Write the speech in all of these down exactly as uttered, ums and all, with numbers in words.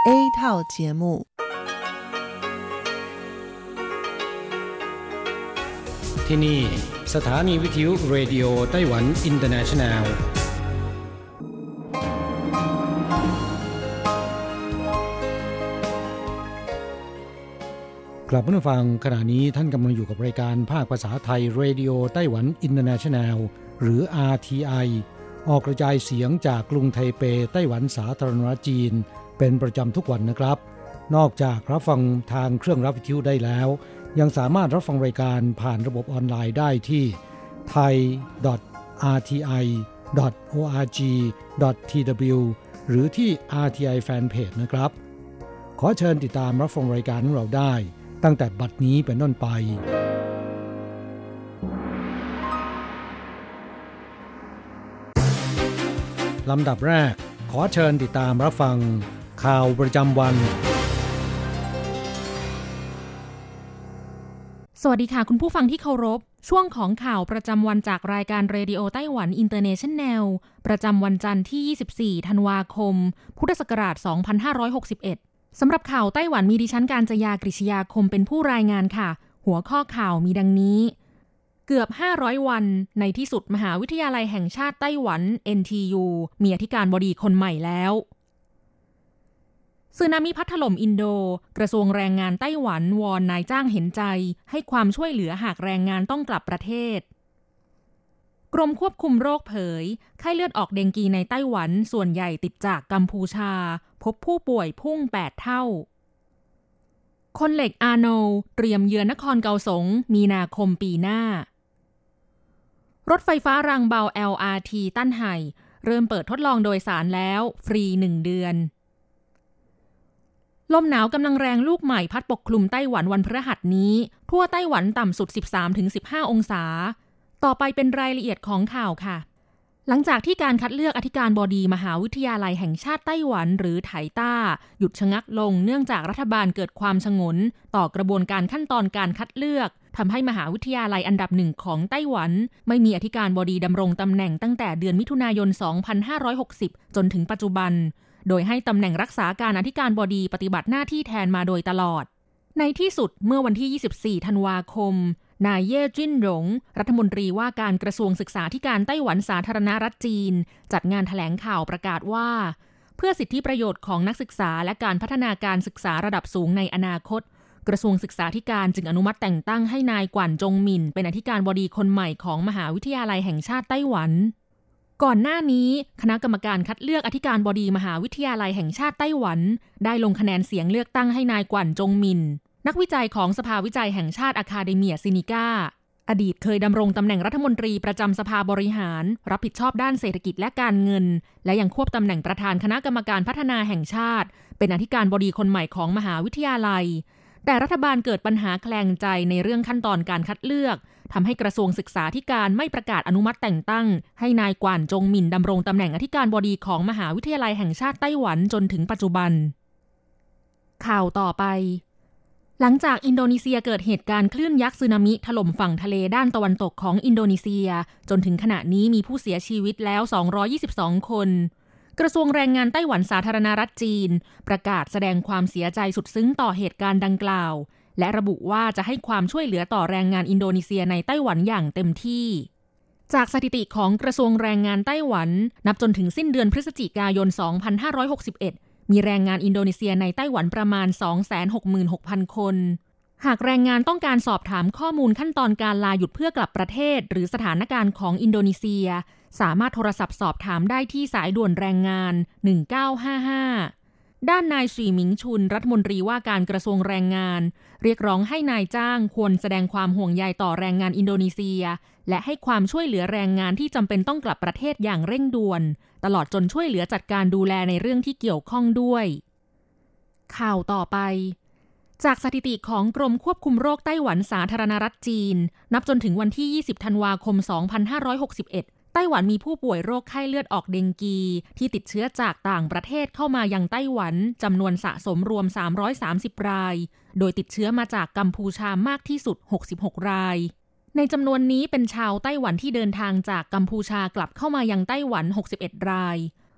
A 套节目ที่นี่สถานีวิทยุเรดิโอไต้หวันอินเตอร์เนชั่นแนลกลับมาฟังขณะนี้ท่านกำลังอยู่กับรายการภาคภาษาไทยเรดิโอไต้หวันอินเตอร์เนชั่นแนลหรือ อาร์ ที ไอ ออกกระจายเสียงจากกรุงไทเปไต้หวันสาธารณรัฐจีนเป็นประจำทุกวันนะครับนอกจากรับฟังทางเครื่องรับวิทยุได้แล้วยังสามารถรับฟังรายการผ่านระบบออนไลน์ได้ที่ ไทย ดอท อาร์ ที ไอ ดอท โอ อาร์ จี ดอท ที ดับเบิลยู หรือที่ อาร์ ที ไอ Fanpage นะครับขอเชิญติดตามรับฟังรายการของเราได้ตั้งแต่บัดนี้เป็นต้นไปลำดับแรกขอเชิญติดตามรับฟังข่าวประจำวันสวัสดีค่ะคุณผู้ฟังที่เคารพช่วงของข่าวประจำวันจากรายการเรดิโอไต้หวันอินเตอร์เนชั่นแนลประจำวันจันทร์ที่ยี่สิบสี่ธันวาคมพุทธศักราชสองพันห้าร้อยหกสิบเอ็ดสำหรับข่าวไต้หวันมีดิฉันกาญจยากฤษยาคมเป็นผู้รายงานค่ะหัวข้อข่าวมีดังนี้เกือบห้าร้อยวันในที่สุดมหาวิทยาลัยแห่งชาติไต้หวัน เอ็น ที ยู มีอธิการบดีคนใหม่แล้วสึนามิพัดถล่มอินโดกระทรวงแรงงานไต้หวันวอนนายจ้างเห็นใจให้ความช่วยเหลือหากแรงงานต้องกลับประเทศกรมควบคุมโรคเผยไข้เลือดออกเดงกีในไต้หวันส่วนใหญ่ติดจากกัมพูชาพบผู้ป่วยพุ่งแปดเท่าคนเหล็กอาโนเตรียมเยือนนครเกาสงมีนาคมปีหน้ารถไฟฟ้ารางเบา แอล อาร์ ที ตั้นไห่เริ่มเปิดทดลองโดยสารแล้วฟรีหนึ่งเดือนลมหนาวกำลังแรงลูกใหม่พัดปกคลุมไต้หวันวันพฤหัสนี้ทั่วไต้หวันต่ำสุด สิบสามถึงสิบห้า องศาต่อไปเป็นรายละเอียดของข่าวค่ะหลังจากที่การคัดเลือกอธิการบดีมหาวิทยาลัยแห่งชาติไต้หวันหรือไถต้าหยุดชะงักลงเนื่องจากรัฐบาลเกิดความฉงนต่อกระบวนการขั้นตอนการคัดเลือกทำให้มหาวิทยาลัยอันดับหนึ่งของไต้หวันไม่มีอธิการบดีดำรงตำแหน่งตั้งแต่เดือนมิถุนายน สองพันห้าร้อยหกสิบ จนถึงปัจจุบันโดยให้ตำแหน่งรักษาการอธิการบดีปฏิบัติหน้าที่แทนมาโดยตลอดในที่สุดเมื่อวันที่ยี่สิบสี่ธันวาคมนายเย่จิ้นหลงรัฐมนตรีว่าการกระทรวงศึกษาธิการไต้หวันสาธารณรัฐจีนจัดงานแถลงข่าวประกาศว่าเพื่อสิทธิประโยชน์ของนักศึกษาและการพัฒนาการศึกษาระดับสูงในอนาคตกระทรวงศึกษาธิการจึงอนุมัติแต่งตั้งให้นายกว่านจงหมิ่นเป็นอธิการบดีคนใหม่ของมหาวิทยาลัยแห่งชาติไต้หวันก่อนหน้านี้คณะกรรมการคัดเลือกอธิการบดีมหาวิทยาลัยแห่งชาติไต้หวันได้ลงคะแนนเสียงเลือกตั้งให้นายกว่านจงหมิ่นนักวิจัยของสภาวิจัยแห่งชาติอะคาเดเมียซินิก้าอดีตเคยดำรงตำแหน่งรัฐมนตรีประจำสภาบริหารรับผิดชอบด้านเศรษฐกิจและการเงินและยังควบตำแหน่งประธานคณะกรรมการพัฒนาแห่งชาติเป็นอธิการบดีคนใหม่ของมหาวิทยาลัยแต่รัฐบาลเกิดปัญหาแคลงใจในเรื่องขั้นตอนการคัดเลือกทำให้กระทรวงศึกษาธิการไม่ประกาศอนุมัติแต่งตั้งให้นายกว่านจงหมิ่นดำรงตำแหน่งอธิการบดีของมหาวิทยาลัยแห่งชาติไต้หวันจนถึงปัจจุบันข่าวต่อไปหลังจากอินโดนีเซียเกิดเหตุการณ์คลื่นยักษ์สึนามิถล่มฝั่งทะเลด้านตะวันตกของอินโดนีเซียจนถึงขณะนี้มีผู้เสียชีวิตแล้วสองร้อยยี่สิบสองคนกระทรวงแรงงานไต้หวันสาธารณรัฐจีนประกาศแสดงความเสียใจสุดซึ้งต่อเหตุการณ์ดังกล่าวและระบุว่าจะให้ความช่วยเหลือต่อแรงงานอินโดนีเซียในไต้หวันอย่างเต็มที่จากสถิติของกระทรวงแรงงานไต้หวันนับจนถึงสิ้นเดือนพฤศจิกายน สองพันห้าร้อยหกสิบเอ็ดมีแรงงานอินโดนีเซียในไต้หวันประมาณ สองแสนหกหมื่นหกพัน คนหากแรงงานต้องการสอบถามข้อมูลขั้นตอนการลาหยุดเพื่อกลับประเทศหรือสถานการณ์ของอินโดนีเซียสามารถโทรศัพท์สอบถามได้ที่สายด่วนแรงงานหนึ่งเก้าห้าห้าด้านนายฉีหมิงชุนรัฐมนตรีว่าการกระทรวงแรงงานเรียกร้องให้นายจ้างควรแสดงความห่วงใยต่อแรงงานอินโดนีเซียและให้ความช่วยเหลือแรงงานที่จำเป็นต้องกลับประเทศอย่างเร่งด่วนตลอดจนช่วยเหลือจัดการดูแลในเรื่องที่เกี่ยวข้องด้วยข่าวต่อไปจากสถิติของกรมควบคุมโรคไต้หวันสาธารณรัฐจีนนับจนถึงวันที่ยี่สิบธันวาคมสองพันห้าร้อยหกสิบเอ็ดไต้หวันมีผู้ป่วยโรคไข้เลือดออกเดงกีที่ติดเชื้อจากต่างประเทศเข้ามายังไต้หวันจำนวนสะสมรวมสามร้อยสามสิบรายโดยติดเชื้อมาจากกัมพูชามากที่สุดหกสิบหกรายในจำนวนนี้เป็นชาวไต้หวันที่เดินทางจากกัมพูชากลับเข้ามายังไต้หวันหกสิบเอ็ดราย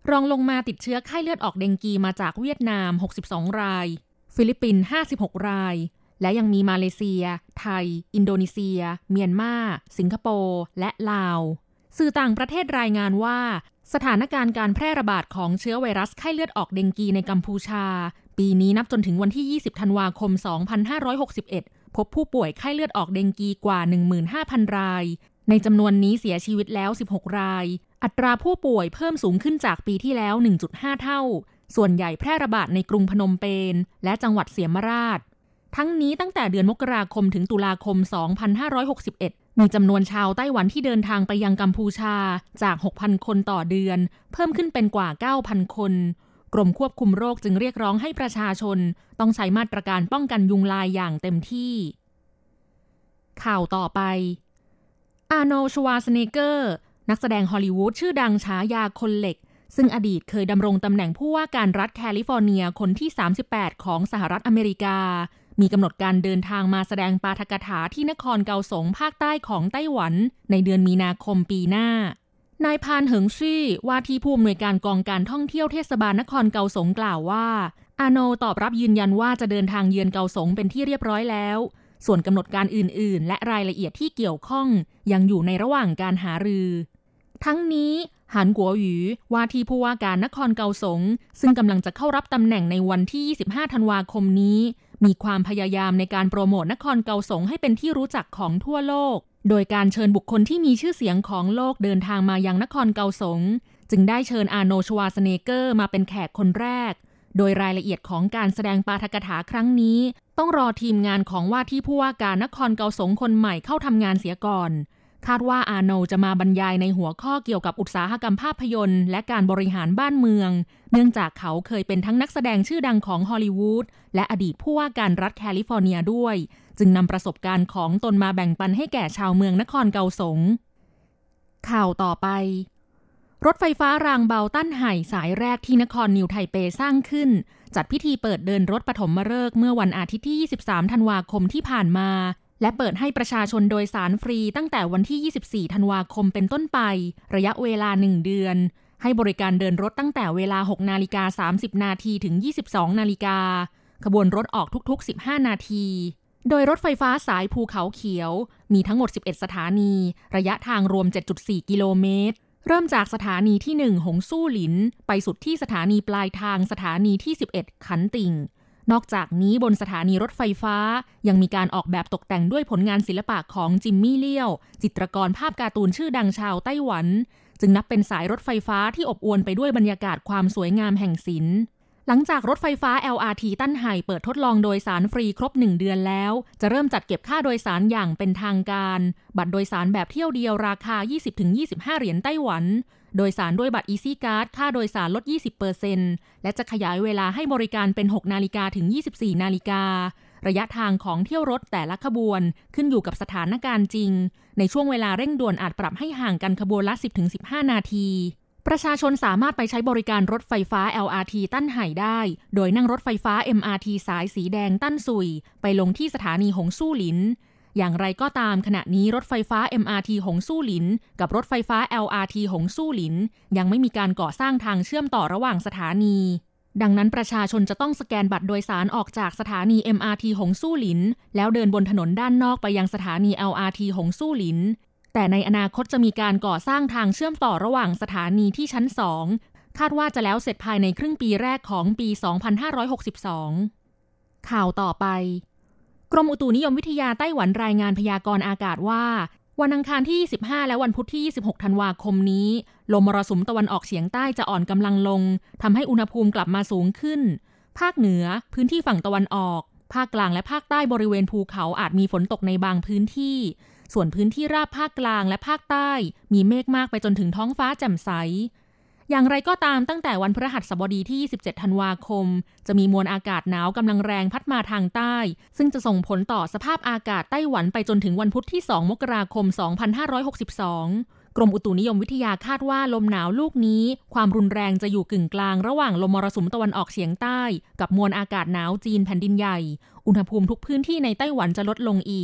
รองลงมาติดเชื้อไข้เลือดออกเดงกีมาจากเวียดนามหกสิบสองรายฟิลิปปินส์ห้าสิบหกรายและยังมีมาเลเซียไทยอินโดนีเซียเมียนมาสิงคโปร์และลาวสื่อต่างประเทศรายงานว่าสถานการณ์การแพร่ระบาดของเชื้อไวรัสไข้เลือดออกเดงกีในกัมพูชาปีนี้นับจนถึงวันที่ยี่สิบธันวาคมสองพันห้าร้อยหกสิบเอ็ดพบผู้ป่วยไข้เลือดออกเดงกีกว่า หนึ่งหมื่นห้าพัน รายในจำนวนนี้เสียชีวิตแล้วสิบหกรายอัตราผู้ป่วยเพิ่มสูงขึ้นจากปีที่แล้ว หนึ่งจุดห้า เท่าส่วนใหญ่แพร่ระบาดในกรุงพนมเปญและจังหวัดเสียมราชทั้งนี้ตั้งแต่เดือนมกราคมถึงตุลาคมสองพันห้าร้อยหกสิบเอ็ดมีจำนวนชาวไต้หวันที่เดินทางไปยังกัมพูชาจาก หกพัน คนต่อเดือนเพิ่มขึ้นเป็นกว่า เก้าพัน คนกรมควบคุมโรคจึงเรียกร้องให้ประชาชนต้องใช้มาตรการป้องกันยุงลายอย่างเต็มที่ข่าวต่อไปอาร์โนลด์ ชวาร์ซเนเกอร์นักแสดงฮอลลีวูดชื่อดังฉายาคนเหล็กซึ่งอดีตเคยดำรงตำแหน่งผู้ว่าการรัฐแคลิฟอร์เนียคนที่สามสิบแปดของสหรัฐอเมริกามีกำหนดการเดินทางมาแสดงปาฐกถาที่นครเกาสงภาคใต้ของไต้หวันในเดือนมีนาคมปีหน้านายพานเหิงชี่ว่าที่ผู้อำนวยการกองการท่องเที่ยวเทศบาลนครเกาสงกล่าวว่าอาโนตอบรับยืนยันว่าจะเดินทางเยือนเกาสงเป็นที่เรียบร้อยแล้วส่วนกำหนดการอื่นๆและรายละเอียดที่เกี่ยวข้องยังอยู่ในระหว่างการหารือทั้งนี้หันกัวหยูว่าที่ผู้ว่าการนครเกาสงซึ่งกำลังจะเข้ารับตำแหน่งในวันที่ยี่สิบห้าธันวาคมนี้มีความพยายามในการโปรโมทนครเกาสงให้เป็นที่รู้จักของทั่วโลกโดยการเชิญบุคคลที่มีชื่อเสียงของโลกเดินทางมายังนครเกาสงจึงได้เชิญอาร์โนลด์ ชวาร์ซเนเกอร์มาเป็นแขกคนแรกโดยรายละเอียดของการแสดงปาฐกถาครั้งนี้ต้องรอทีมงานของว่าที่ผู้ว่าการนครเกาสงคนใหม่เข้าทำงานเสียก่อนคาดว่าอาร์โนลด์จะมาบรรยายในหัวข้อเกี่ยวกับอุตสาหกรรมภาพยนตร์และการบริหารบ้านเมืองเนื่องจากเขาเคยเป็นทั้งนักแสดงชื่อดังของฮอลลีวูดและอดีตผู้ว่าการรัฐแคลิฟอร์เนียด้วยจึงนำประสบการณ์ของตนมาแบ่งปันให้แก่ชาวเมืองนครเกาสงข่าวต่อไปรถไฟฟ้ารางเบาตั้นไห่สายแรกที่นครนิวไทเปสร้างขึ้นจัดพิธีเปิดเดินรถปฐมฤกษ์เมื่อวันอาทิตย์ที่ยี่สิบสามธันวาคมที่ผ่านมาและเปิดให้ประชาชนโดยสารฟรีตั้งแต่วันที่ยี่สิบสี่ธันวาคมเป็นต้นไประยะเวลาหนึ่งเดือนให้บริการเดินรถตั้งแต่เวลา หกนาฬิกาสามสิบนาทีถึง ยี่สิบสองนาฬิกาขบวนรถออกทุกๆสิบห้านาทีโดยรถไฟฟ้าสายภูเขาเขียวมีทั้งหมดสิบเอ็ดสถานีระยะทางรวม เจ็ดจุดสี่ กิโลเมตรเริ่มจากสถานีที่หนึ่งหงสู้หลินไปสุดที่สถานีปลายทางสถานีที่สิบเอ็ดขันติ่งนอกจากนี้บนสถานีรถไฟฟ้ายังมีการออกแบบตกแต่งด้วยผลงานศิลปะของจิมมี่เลี้ยวจิตรกรภาพการ์ตูนชื่อดังชาวไต้หวันจึงนับเป็นสายรถไฟฟ้าที่อบอวลไปด้วยบรรยากาศความสวยงามแห่งศิลป์หลังจากรถไฟฟ้า แอล อาร์ ที ตั้นไห่เปิดทดลองโดยสารฟรีครบหนึ่งเดือนแล้วจะเริ่มจัดเก็บค่าโดยสารอย่างเป็นทางการบัตรโดยสารแบบเที่ยวเดียวราคา ยี่สิบถึงยี่สิบห้า เหรียญไต้หวันโดยสารด้วยบัตร Easy Card ค่าโดยสารลด ยี่สิบเปอร์เซ็นต์ และจะขยายเวลาให้บริการเป็น หกนาฬิกาถึง ยี่สิบสี่นาฬิการะยะทางของเที่ยวรถแต่ละขบวนขึ้นอยู่กับสถานการณ์จริงในช่วงเวลาเร่งด่วนอาจปรับให้ห่างกันขบวนละ สิบถึงสิบห้า นาทีประชาชนสามารถไปใช้บริการรถไฟฟ้า แอล อาร์ ที ตั้นไห่ได้โดยนั่งรถไฟฟ้า เอ็ม อาร์ ที สายสีแดงตั้นซุยไปลงที่สถานีหงสู้หลินอย่างไรก็ตามขณะนี้รถไฟฟ้า เอ็ม อาร์ ที หงสู้หลินกับรถไฟฟ้า แอล อาร์ ที หงสู้หลินยังไม่มีการก่อสร้างทางเชื่อมต่อระหว่างสถานีดังนั้นประชาชนจะต้องสแกนบัตรโดยสารออกจากสถานี เอ็ม อาร์ ที หงสู้หลินแล้วเดินบนถนนด้านนอกไปยังสถานี แอล อาร์ ที หงสู้หลินแต่ในอนาคตจะมีการก่อสร้างทางเชื่อมต่อระหว่างสถานีที่ชั้นสองคาดว่าจะแล้วเสร็จภายในครึ่งปีแรกของปี สองพันห้าร้อยหกสิบสอง ข่าวต่อไปกรมอุตุนิยมวิทยาไต้หวันรายงานพยากรณ์อากาศว่าวันอังคารที่ยี่สิบห้าและวันพุธที่ยี่สิบหกธันวาคมนี้ลมมรสุมตะวันออกเฉียงใต้จะอ่อนกำลังลงทำให้อุณหภูมิกลับมาสูงขึ้นภาคเหนือพื้นที่ฝั่งตะวันออกภาคกลางและภาคใต้บริเวณภูเขาอาจมีฝนตกในบางพื้นที่ส่วนพื้นที่ราบภาคกลางและภาคใต้มีเมฆมากไปจนถึงท้องฟ้าแจ่มใสอย่างไรก็ตามตั้งแต่วันพฤหัสบดีที่ยี่สิบเจ็ดธันวาคมจะมีมวลอากาศหนาวกำลังแรงพัดมาทางใต้ซึ่งจะส่งผลต่อสภาพอากาศไต้หวันไปจนถึงวันพุธที่สองมกราคมสองพันห้าร้อยหกสิบสองกรมอุตุนิยมวิทยาคาดว่าลมหนาวลูกนี้ความรุนแรงจะอยู่กึ่งกลางระหว่างลมมรสุมตะวันออกเฉียงใต้กับมวลอากาศหนาวจีนแผ่นดินใหญ่อุณหภูมิทุกพื้นที่ในไต้หวันจะลดลงอีก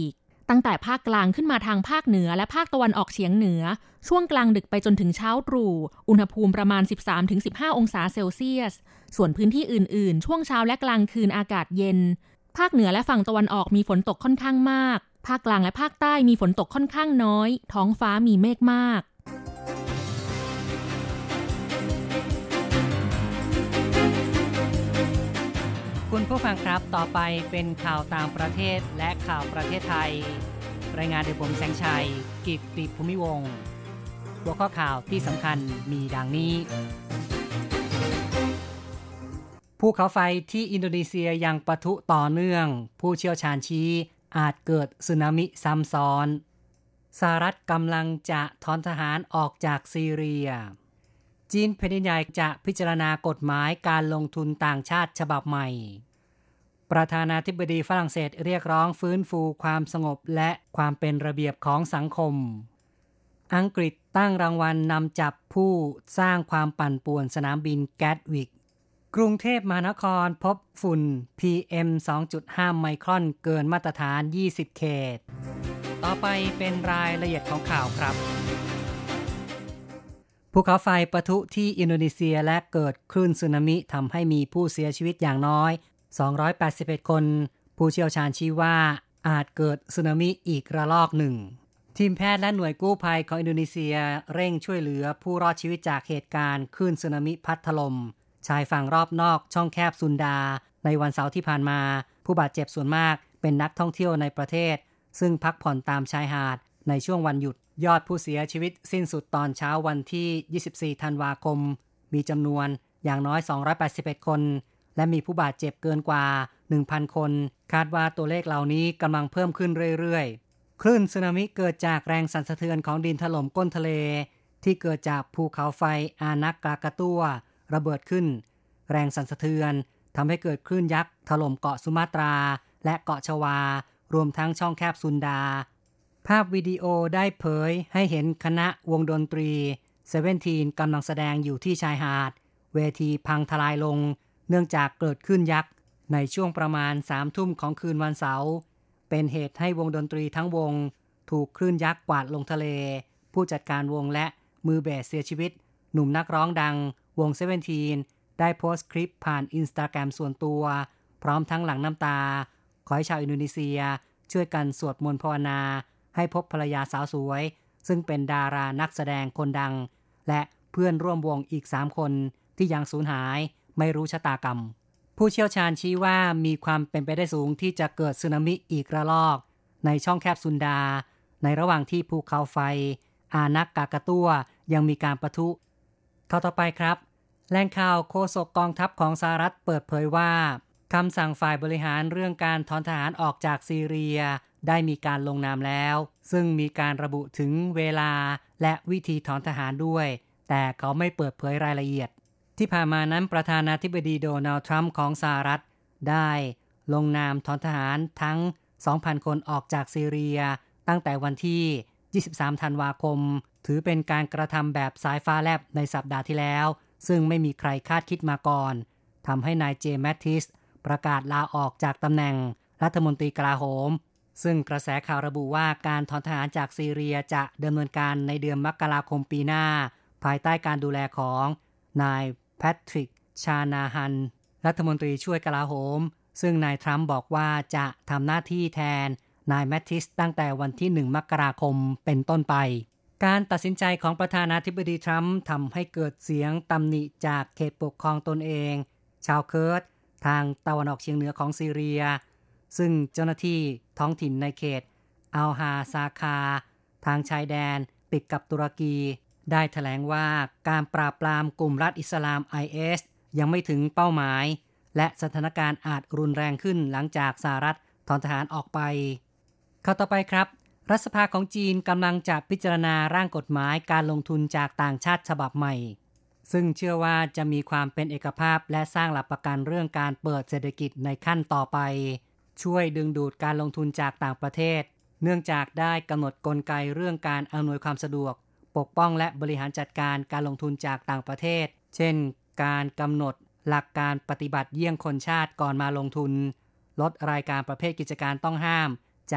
ตั้งแต่ภาคกลางขึ้นมาทางภาคเหนือและภาคตะวันออกเฉียงเหนือช่วงกลางดึกไปจนถึงเช้าตรู่อุณหภูมิประมาณ สิบสามถึงสิบห้า องศาเซลเซียสส่วนพื้นที่อื่นๆช่วงเช้าและกลางคืนอากาศเย็นภาคเหนือและฝั่งตะวันออกมีฝนตกค่อนข้างมากภาคกลางและภาคใต้มีฝนตกค่อนข้างน้อยท้องฟ้ามีเมฆมากคุณผู้ฟังครับต่อไปเป็นข่าวต่างประเทศและข่าวประเทศไทยรายงานโดยผมแสงชัยกิตติภูมิวงศ์หัวข้อข่าวที่สำคัญมีดังนี้ภูเขาไฟที่อินโดนีเซียยังปะทุต่อเนื่องผู้เชี่ยวชาญชี้อาจเกิดสึนามิซ้ำซ้อนสหรัฐกำลังจะถอนทหารออกจากซีเรียจีนแผ่นดินใหญ่จะพิจารณากฎหมายการลงทุนต่างชาติฉบับใหม่ประธานาธิบดีฝรั่งเศสเรียกร้องฟื้นฟูความสงบและความเป็นระเบียบของสังคมอังกฤษตั้งรางวัลนำจับผู้สร้างความปั่นป่วนสนามบินแกตวิกกรุงเทพมหานครพบฝุ่น พี เอ็ม สองจุดห้า ไมครอนเกินมาตรฐานยี่สิบเขตต่อไปเป็นรายละเอียดของข่าวครับภูเขาไฟปะทุที่อินโดนีเซียและเกิดคลื่นสึนามิทำให้มีผู้เสียชีวิตอย่างน้อยสองร้อยแปดสิบเอ็ดคนผู้เชี่ยวชาญชี้ว่าอาจเกิดสึนามิอีกระลอกหนึ่งทีมแพทย์และหน่วยกู้ภัยของอินโดนีเซียเร่งช่วยเหลือผู้รอดชีวิตจากเหตุการณ์คลื่นสึนามิพัดถล่มชายฝั่งรอบนอกช่องแคบซุนดาในวันเสาร์ที่ผ่านมาผู้บาดเจ็บส่วนมากเป็นนักท่องเที่ยวในประเทศซึ่งพักผ่อนตามชายหาดในช่วงวันหยุดยอดผู้เสียชีวิตสิ้นสุดตอนเช้าวันที่ยี่สิบสี่ธันวาคมมีจำนวนอย่างน้อยสองร้อยแปดสิบเอ็ดคนและมีผู้บาดเจ็บเกินกว่า หนึ่งพัน คนคาดว่าตัวเลขเหล่านี้กำลังเพิ่มขึ้นเรื่อยๆคลื่นสึนามิเกิดจากแรงสั่นสะเทือนของดินถล่มก้นทะเลที่เกิดจากภูเขาไฟอานักกากาตัวระเบิดขึ้นแรงสั่นสะเทือนทำให้เกิดคลื่นยักษ์ถล่มเกาะสุมาตราและเกาะชวารวมทั้งช่องแคบซุนดาภาพวิดีโอได้เผยให้เห็นคณะวงดนตรีเซเว่นทีนกำลังแสดงอยู่ที่ชายหาดเวทีพังทลายลงเนื่องจากเกิดคลื่นยักษ์ในช่วงประมาณสามทุ่มของคืนวันเสาร์เป็นเหตุให้วงดนตรีทั้งวงถูกคลื่นยักษ์กวาดลงทะเลผู้จัดการวงและมือเบสเสียชีวิตหนุ่มนักร้องดังวงเซเว่นทีนได้โพสต์คลิปผ่าน Instagram ส่วนตัวพร้อมทั้งหลั่งน้ำตาขอให้ชาวอินโดนีเซียช่วยกันสวดมนต์ภาวนาให้พบภรรยาสาวสวยซึ่งเป็นดารานักแสดงคนดังและเพื่อนร่วมวงอีกสามคนที่ยังสูญหายไม่รู้ชะตากรรมผู้เชี่ยวชาญชี้ว่ามีความเป็นไปได้สูงที่จะเกิดสึนามิอีกระลอกในช่องแคบซุนดาในระหว่างที่ภูเขาไฟอานักกากาตัวยังมีการปะทุเข้าต่อไปครับแหล่งข่าวโฆษกกองทัพของสหรัฐเปิดเผยว่าคำสั่งฝ่ายบริหารเรื่องการถอนทหารออกจากซีเรียได้มีการลงนามแล้วซึ่งมีการระบุถึงเวลาและวิธีถอนทหารด้วยแต่เขาไม่เปิดเผยรายละเอียดที่ผ่านมานั้นประธานาธิบดีโดนัลด์ทรัมป์ของสหรัฐได้ลงนามถอนทหารทั้ง สองพัน คนออกจากซีเรียตั้งแต่วันที่ยี่สิบสามธันวาคมถือเป็นการกระทำแบบสายฟ้าแลบในสัปดาห์ที่แล้วซึ่งไม่มีใครคาดคิดมาก่อนทำให้นายเจมส์แมททิสประกาศลาออกจากตำแหน่งรัฐมนตรีกลาโหมซึ่งกระแสข่าวระบุว่าการถอนทหารจากซีเรียจะดำเนินการในเดือนมกราคมปีหน้าภายใต้การดูแลของนายแพทริกชานาฮันรัฐมนตรีช่วยกลาโหมซึ่งนายทรัมป์บอกว่าจะทำหน้าที่แทนนายแมททิสตั้งแต่วันที่หนึ่งมกราคมเป็นต้นไปการตัดสินใจของประธานาธิบดีทรัมป์ทำให้เกิดเสียงตำหนิจากเขตปกครองตนเองชาวเคิร์ดทางตะวันออกเฉียงเหนือของซีเรียซึ่งเจ้าหน้าที่ท้องถิ่นในเขตอัลฮาซาคาทางชายแดนติดกับตุรกีได้แถลงว่าการปราบปรามกลุ่มรัฐอิสลาม ไอ เอส ยังไม่ถึงเป้าหมายและสถานการณ์อาจรุนแรงขึ้นหลังจากสหรัฐถอนทหารออกไปเข้าต่อไปครับรัฐสภาของจีนกำลังจะพิจารณาร่างกฎหมายการลงทุนจากต่างชาติฉบับใหม่ซึ่งเชื่อว่าจะมีความเป็นเอกภาพและสร้างหลักประกันเรื่องการเปิดเศรษฐกิจในขั้นต่อไปช่วยดึงดูดการลงทุนจากต่างประเทศเนื่องจากได้กำหนดกลไกเรื่องการอำนวยความสะดวกปกป้องและบริหารจัดการการลงทุนจากต่างประเทศเช่นการกำหนดหลักการปฏิบัติเยี่ยงคนชาติก่อนมาลงทุนลดรายการประเภทกิจการต้องห้ามจาก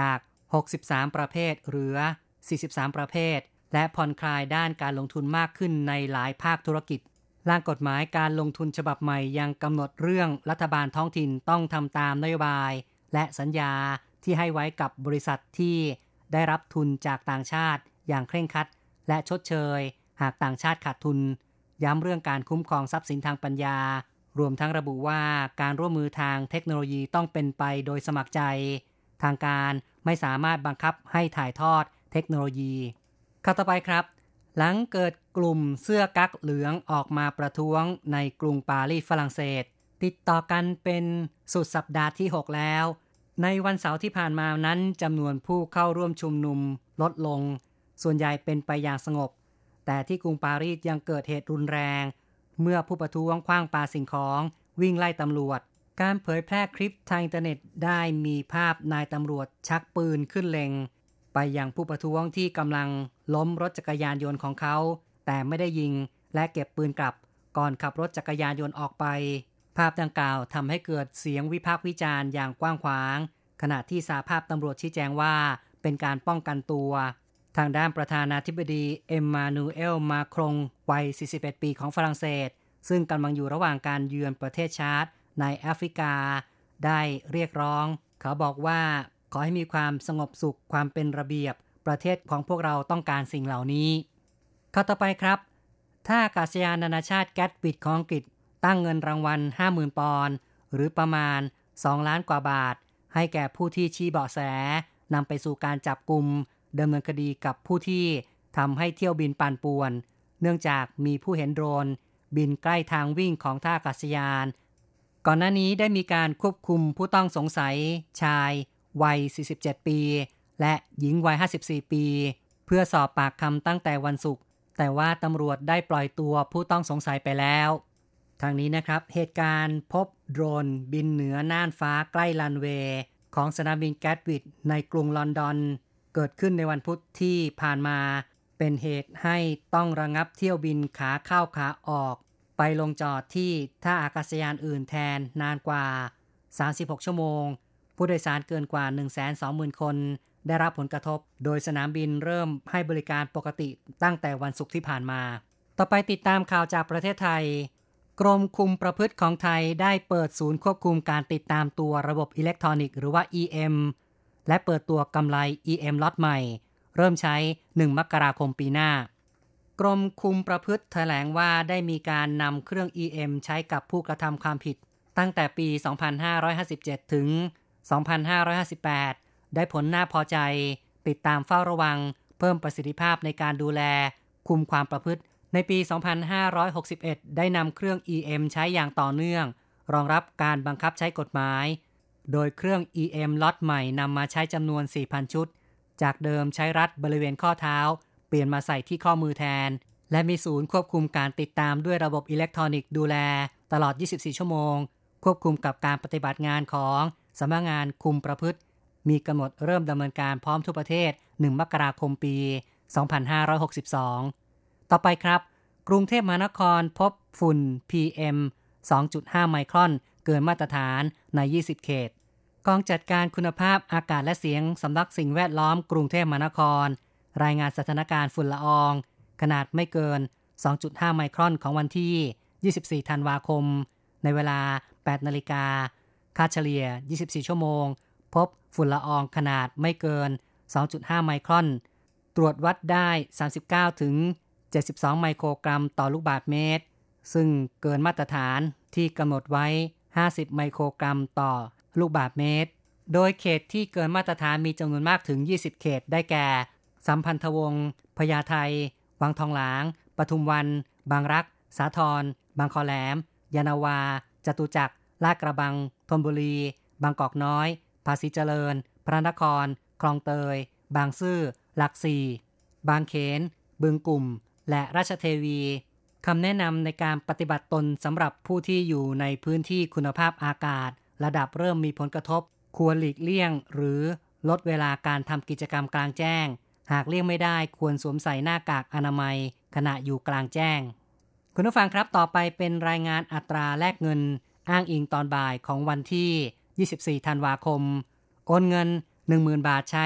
หกสิบสามประเภทเหลือสี่สิบสามประเภทและผ่อนคลายด้านการลงทุนมากขึ้นในหลายภาคธุรกิจร่างกฎหมายการลงทุนฉบับใหม่ยังกำหนดเรื่องรัฐบาลท้องถิ่นต้องทำตามนโยบายและสัญญาที่ให้ไว้กับบริษัทที่ได้รับทุนจากต่างชาติอย่างเคร่งครัดและชดเชยหากต่างชาติขาดทุนย้ำเรื่องการคุ้มครองทรัพย์สินทางปัญญารวมทั้งระบุว่าการร่วมมือทางเทคโนโลยีต้องเป็นไปโดยสมัครใจทางการไม่สามารถบังคับให้ถ่ายทอดเทคโนโลยีข้อต่อไปครับหลังเกิดกลุ่มเสื้อกั๊กเหลืองออกมาประท้วงในกรุงปารีสฝรั่งเศสติดต่อกันเป็นสุดสัปดาห์ที่หกแล้วในวันเสาร์ที่ผ่านมานั้นจำนวนผู้เข้าร่วมชุมนุมลดลงส่วนใหญ่เป็นไปอย่างสงบแต่ที่กรุงปารีสยังเกิดเหตุรุนแรงเมื่อผู้ประท้วงขว้างปาสิ่งของวิ่งไล่ตำรวจการเผยแพร่คลิปทางอินเทอร์เน็ตได้มีภาพนายตำรวจชักปืนขึ้นเล็งไปยังผู้ประท้วงที่กำลังล้มรถจักรยานยนต์ของเขาแต่ไม่ได้ยิงและเก็บปืนกลับก่อนขับรถจักรยานยนต์ออกไปภาพดังกล่าวทำให้เกิดเสียงวิพากษ์วิจารณ์อย่างกว้างขวางขณะที่สหภาพตำรวจชี้แจงว่าเป็นการป้องกันตัวทางด้านประธานาธิบดีเอ็มมานูเอลมาครงวัยสี่สิบเอ็ดปีของฝรั่งเศสซึ่งกำลังอยู่ระหว่างการเยือนประเทศชาดในแอฟริกาได้เรียกร้องเขาบอกว่าขอให้มีความสงบสุขความเป็นระเบียบประเทศของพวกเราต้องการสิ่งเหล่านี้ข้อต่อไปครับท่าอากาศยานนานาชาติแกตวิกของอังกฤษตั้งเงินรางวัล ห้าหมื่น ปอนด์หรือประมาณสองล้านกว่าบาทให้แก่ผู้ที่ชี้เบาะแสนำไปสู่การจับกุมดำเนินคดีกับผู้ที่ทำให้เที่ยวบินปั่นป่วนเนื่องจากมีผู้เห็นโดรนบินใกล้ทางวิ่งของท่าอากาศยานก่อนหน้านี้ได้มีการควบคุมผู้ต้องสงสัยชายวัยสี่สิบเจ็ดปีและหญิงวัยห้าสิบสี่ปีเพื่อสอบปากคำตั้งแต่วันศุกร์แต่ว่าตำรวจได้ปล่อยตัวผู้ต้องสงสัยไปแล้วทางนี้นะครับเหตุการณ์พบโดรนบินเหนือน่านฟ้าใกล้รันเวย์ของสนามบินแกตวิกในกรุงลอนดอนเกิดขึ้นในวันพุธที่ผ่านมาเป็นเหตุให้ต้องระงับเที่ยวบินขาเข้าขาออกไปลงจอดที่ท่าอากาศยานอื่นแทนนานกว่าสามสิบหกชั่วโมงผู้โดยสารเกินกว่า หนึ่งแสนสองหมื่น คนได้รับผลกระทบโดยสนามบินเริ่มให้บริการปกติตั้งแต่วันศุกร์ที่ผ่านมาต่อไปติดตามข่าวจากประเทศไทยกรมคุมประพฤติของไทยได้เปิดศูนย์ควบคุมการติดตามตัวระบบอิเล็กทรอนิกส์หรือว่า อี เอ็ม และเปิดตัวกำไร อี เอ็ม ล็อตใหม่เริ่มใช้หนึ่งมกราคมปีหน้ากรมคุมประพฤติแถลงว่าได้มีการนำเครื่อง อี เอ็ม ใช้กับผู้กระทำความผิดตั้งแต่ปี สองพันห้าร้อยห้าสิบเจ็ด ถึง สองพันห้าร้อยห้าสิบแปด ได้ผลน่าพอใจติดตามเฝ้าระวังเพิ่มประสิทธิภาพในการดูแลคุมความประพฤติในปี สองพันห้าร้อยหกสิบเอ็ด ได้นำเครื่อง อี เอ็ม ใช้อย่างต่อเนื่องรองรับการบังคับใช้กฎหมายโดยเครื่อง อี เอ็ม ล็อตใหม่นำมาใช้จำนวน สี่พัน ชุดจากเดิมใช้รัดบริเวณข้อเท้าเปลี่ยนมาใส่ที่ข้อมือแทนและมีศูนย์ควบคุมการติดตามด้วยระบบอิเล็กทรอนิกส์ดูแลตลอดยี่สิบสี่ชั่วโมงควบคุมกับการปฏิบัติงานของสำนักงานคุมประพฤติมีกำหนดเริ่มดำเนินการพร้อมทั่วประเทศหนึ่งมกราคมปี สองพันห้าร้อยหกสิบสอง ต่อไปครับกรุงเทพมหานครพบฝุ่น พี เอ็ม สองจุดห้า ไมครอนเกินมาตรฐานในยี่สิบเขตกองจัดการคุณภาพอากาศและเสียงสำนักสิ่งแวดล้อมกรุงเทพมหานครรายงานสถานการณ์ฝุ่นละอองขนาดไม่เกิน สองจุดห้า ไมครอนของวันที่ยี่สิบสี่ธันวาคมในเวลา แปดนาฬิกาค่าเฉลี่ยยี่สิบสี่ชั่วโมงพบฝุ่นละอองขนาดไม่เกิน สองจุดห้า ไมครอนตรวจวัดได้ สามสิบเก้าถึงเจ็ดสิบสอง ไมโครกรัมต่อลูกบาศก์เมตรซึ่งเกินมาตรฐานที่กำหนดไว้ห้าสิบไมโครกรัมต่อลูกบาศก์เมตรโดยเขตที่เกินมาตรฐานมีจำนวนมากถึงยี่สิบเขตได้แก่สัมพันธวงศ์พญาไทวังทองหลางปทุมวันบางรักสาทรบางคอแหลมยานนาวาจตุจักรลาดกระบังธนบุรีบางกอกน้อยภาษีเจริญพระนครคลองเตยบางซื่อหลักสี่บางเขนบึงกลุ่มและราชเทวีคำแนะนำในการปฏิบัติตนสำหรับผู้ที่อยู่ในพื้นที่คุณภาพอากาศระดับเริ่มมีผลกระทบควรหลีกเลี่ยงหรือลดเวลาการทำกิจกรรมกลางแจ้งหากเลี่ยงไม่ได้ควรสวมใส่หน้ากากอนามัยขณะอยู่กลางแจ้งคุณผู้ฟังครับต่อไปเป็นรายงานอัตราแลกเงินอ้างอิงตอนบ่ายของวันที่ยี่สิบสี่ธันวาคมโอนเงิน หนึ่งหมื่น บาทใช้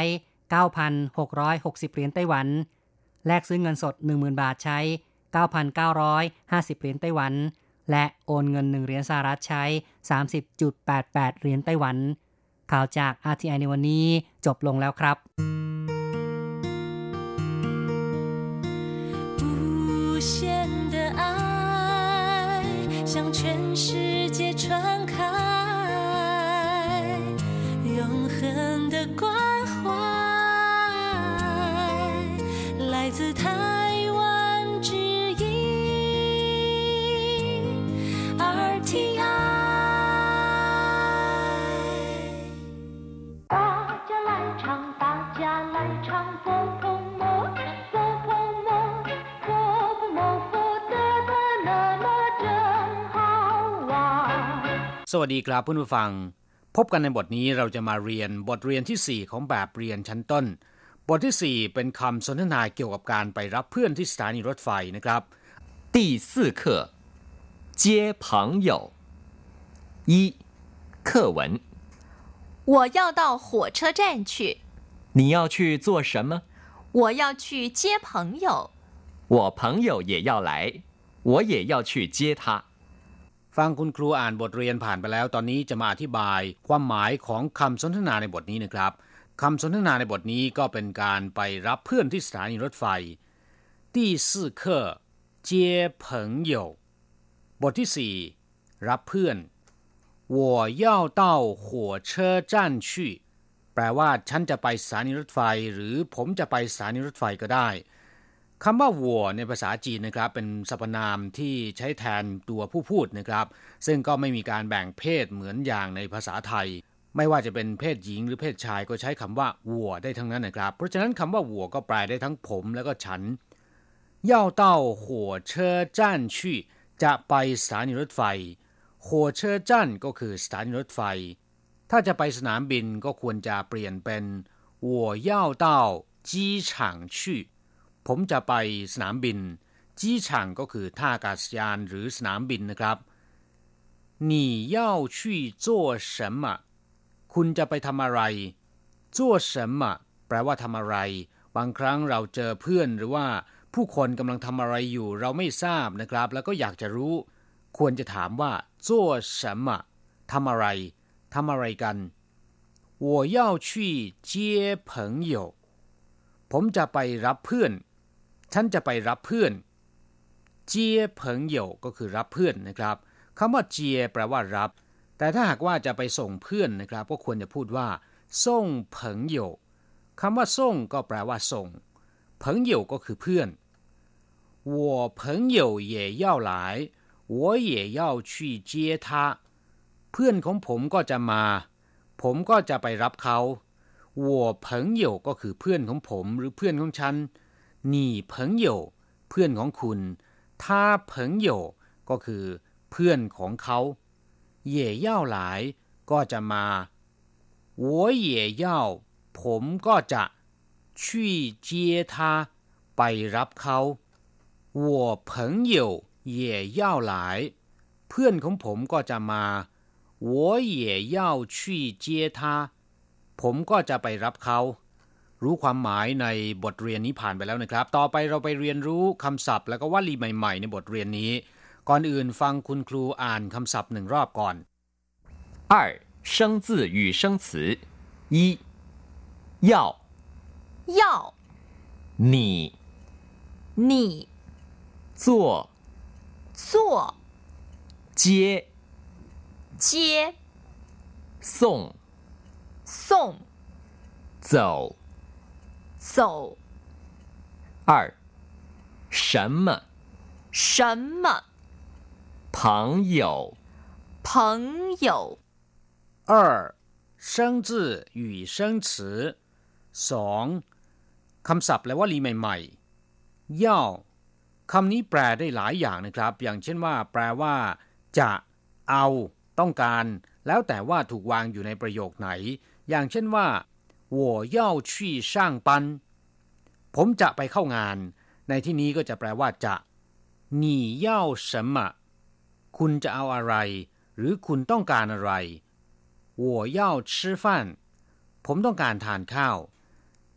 เก้าพันหกร้อยหกสิบ เหรียญไต้หวันแลกซื้อเงินสด หนึ่งหมื่น บาทใช้ เก้าพันเก้าร้อยห้าสิบ เหรียญไต้หวันและโอนเงินหนึ่งเหรียญสหรัฐใช้ สามสิบจุดแปดแปด เหรียญไต้หวันข่าวจาก อาร์ ที ไอ ในวันนี้จบลงแล้วครับ无限的爱向全世界传开永恒的关怀来自台湾之音 อาร์ ที ไอ 大家来唱大家来唱佛佛摩佛佛摩佛佛摩佛得得那那真好玩สวัสดีครับผู้ฟังพบกันในบทนี้เราจะมาเรียนบทเรียนที่สี่ของแบบเรียนชั้นต้นบทที่สี่เป็นคำสนทนาเกี่ยวกับการไปรับเพื่อนที่สถานีรถไฟนะครับ第四课接朋友一课文我要到火车站去你要去做什么我要去接朋友我朋友也要来我也要去接他ฟังคุณครูอ่านบทเรียนผ่านไปแล้วตอนนี้จะมาอธิบายความหมายของคำสนทนาในบทนี้นะครับคำสนทนาในบทนี้ก็เป็นการไปรับเพื่อนที่สถานีรถไฟ第四课接朋友บทที่สี่รับเพื่อน我要到火车站去แปลว่าฉันจะไปสถานีรถไฟหรือผมจะไปสถานีรถไฟก็ได้คำว่าวัวในภาษาจีนนะครับเป็นสรรพนามที่ใช้แทนตัวผู้พูดนะครับซึ่งก็ไม่มีการแบ่งเพศเหมือนอย่างในภาษาไทยไม่ว่าจะเป็นเพศหญิงหรือเพศชายก็ใช้คำว่าวัวได้ทั้งนั้นนะครับเพราะฉะนั้นคำว่าวัวก็แปลได้ทั้งผมแล้วก็ฉัน要到火车站去จะไปสถานีรถไฟ火车站ก็คือสถานีรถไฟถ้าจะไปสนามบินก็ควรจะเปลี่ยนเป็น我要到机场去ผมจะไปสนามบินจี้ฉ่างก็คือท่าอากาศยานหรือสนามบินนะครับ你要去做什么คุณจะไปทำอะไร做什么แปลว่าทำอะไรบางครั้งเราเจอเพื่อนหรือว่าผู้คนกำลังทำอะไรอยู่เราไม่ทราบนะครับแล้วก็อยากจะรู้ควรจะถามว่า做什么ทำอะไรทำอะไรกัน我要去接朋友ผมจะไปรับเพื่อนฉันจะไปรับเพื่อนเจียเผิงเหย่ก็คือรับเพื่อนนะครับคำว่าเจียแปลว่ารับแต่ถ้าหากว่าจะไปส่งเพื่อนนะครับก็ควรจะพูดว่าส่งเผิงเหย่คำว่าส่งก็แปลว่าส่งเผิงเหย่ก็คือเพื่อน我朋友也要来我也要去接他เพื่อนของผมก็จะมาผมก็จะไปรับเขา我朋友ก็คือเพื่อนของผมหรือเพื่อนของฉัน你朋友เพื่อนของคุณ他朋友ก็คือเพื่อนของเขา也要来ก็จะมา我也要ผมก็จะ去接他ไปรับเขา我朋友也要来เพื่อนของผมก็จะมา我也要去接他ผมก็จะไปรับเขารู้ความหมายในบทเรียนนี้ผ่านไปแล้วนะครับต่อไปเราไปเรียนรู้คำศัพท์และก็วลีใหม่ๆในบทเรียนนี้ก่อนอื่นฟังคุณครูอ่านคำศัพท์หนึ่งรอบก่อน二生字与生词一要要你你做做接接送送走走二什么什么朋友朋友二生字与生词สองคำศัพท์และวลีใหม่ๆย่อคำนี้แปลได้หลายอย่างนะครับอย่างเช่นว่าแปลว่าจะเอาต้องการแล้วแต่ว่าถูกวางอยู่ในประโยคไหนอย่างเช่นว่า我要去上班ผมจะไปเข้างานในที่นี้ก็จะแปลว่าจะ你要什么คุณจะเอาอะไรหรือคุณต้องการอะไร我要吃饭ผมต้องการทานข้าว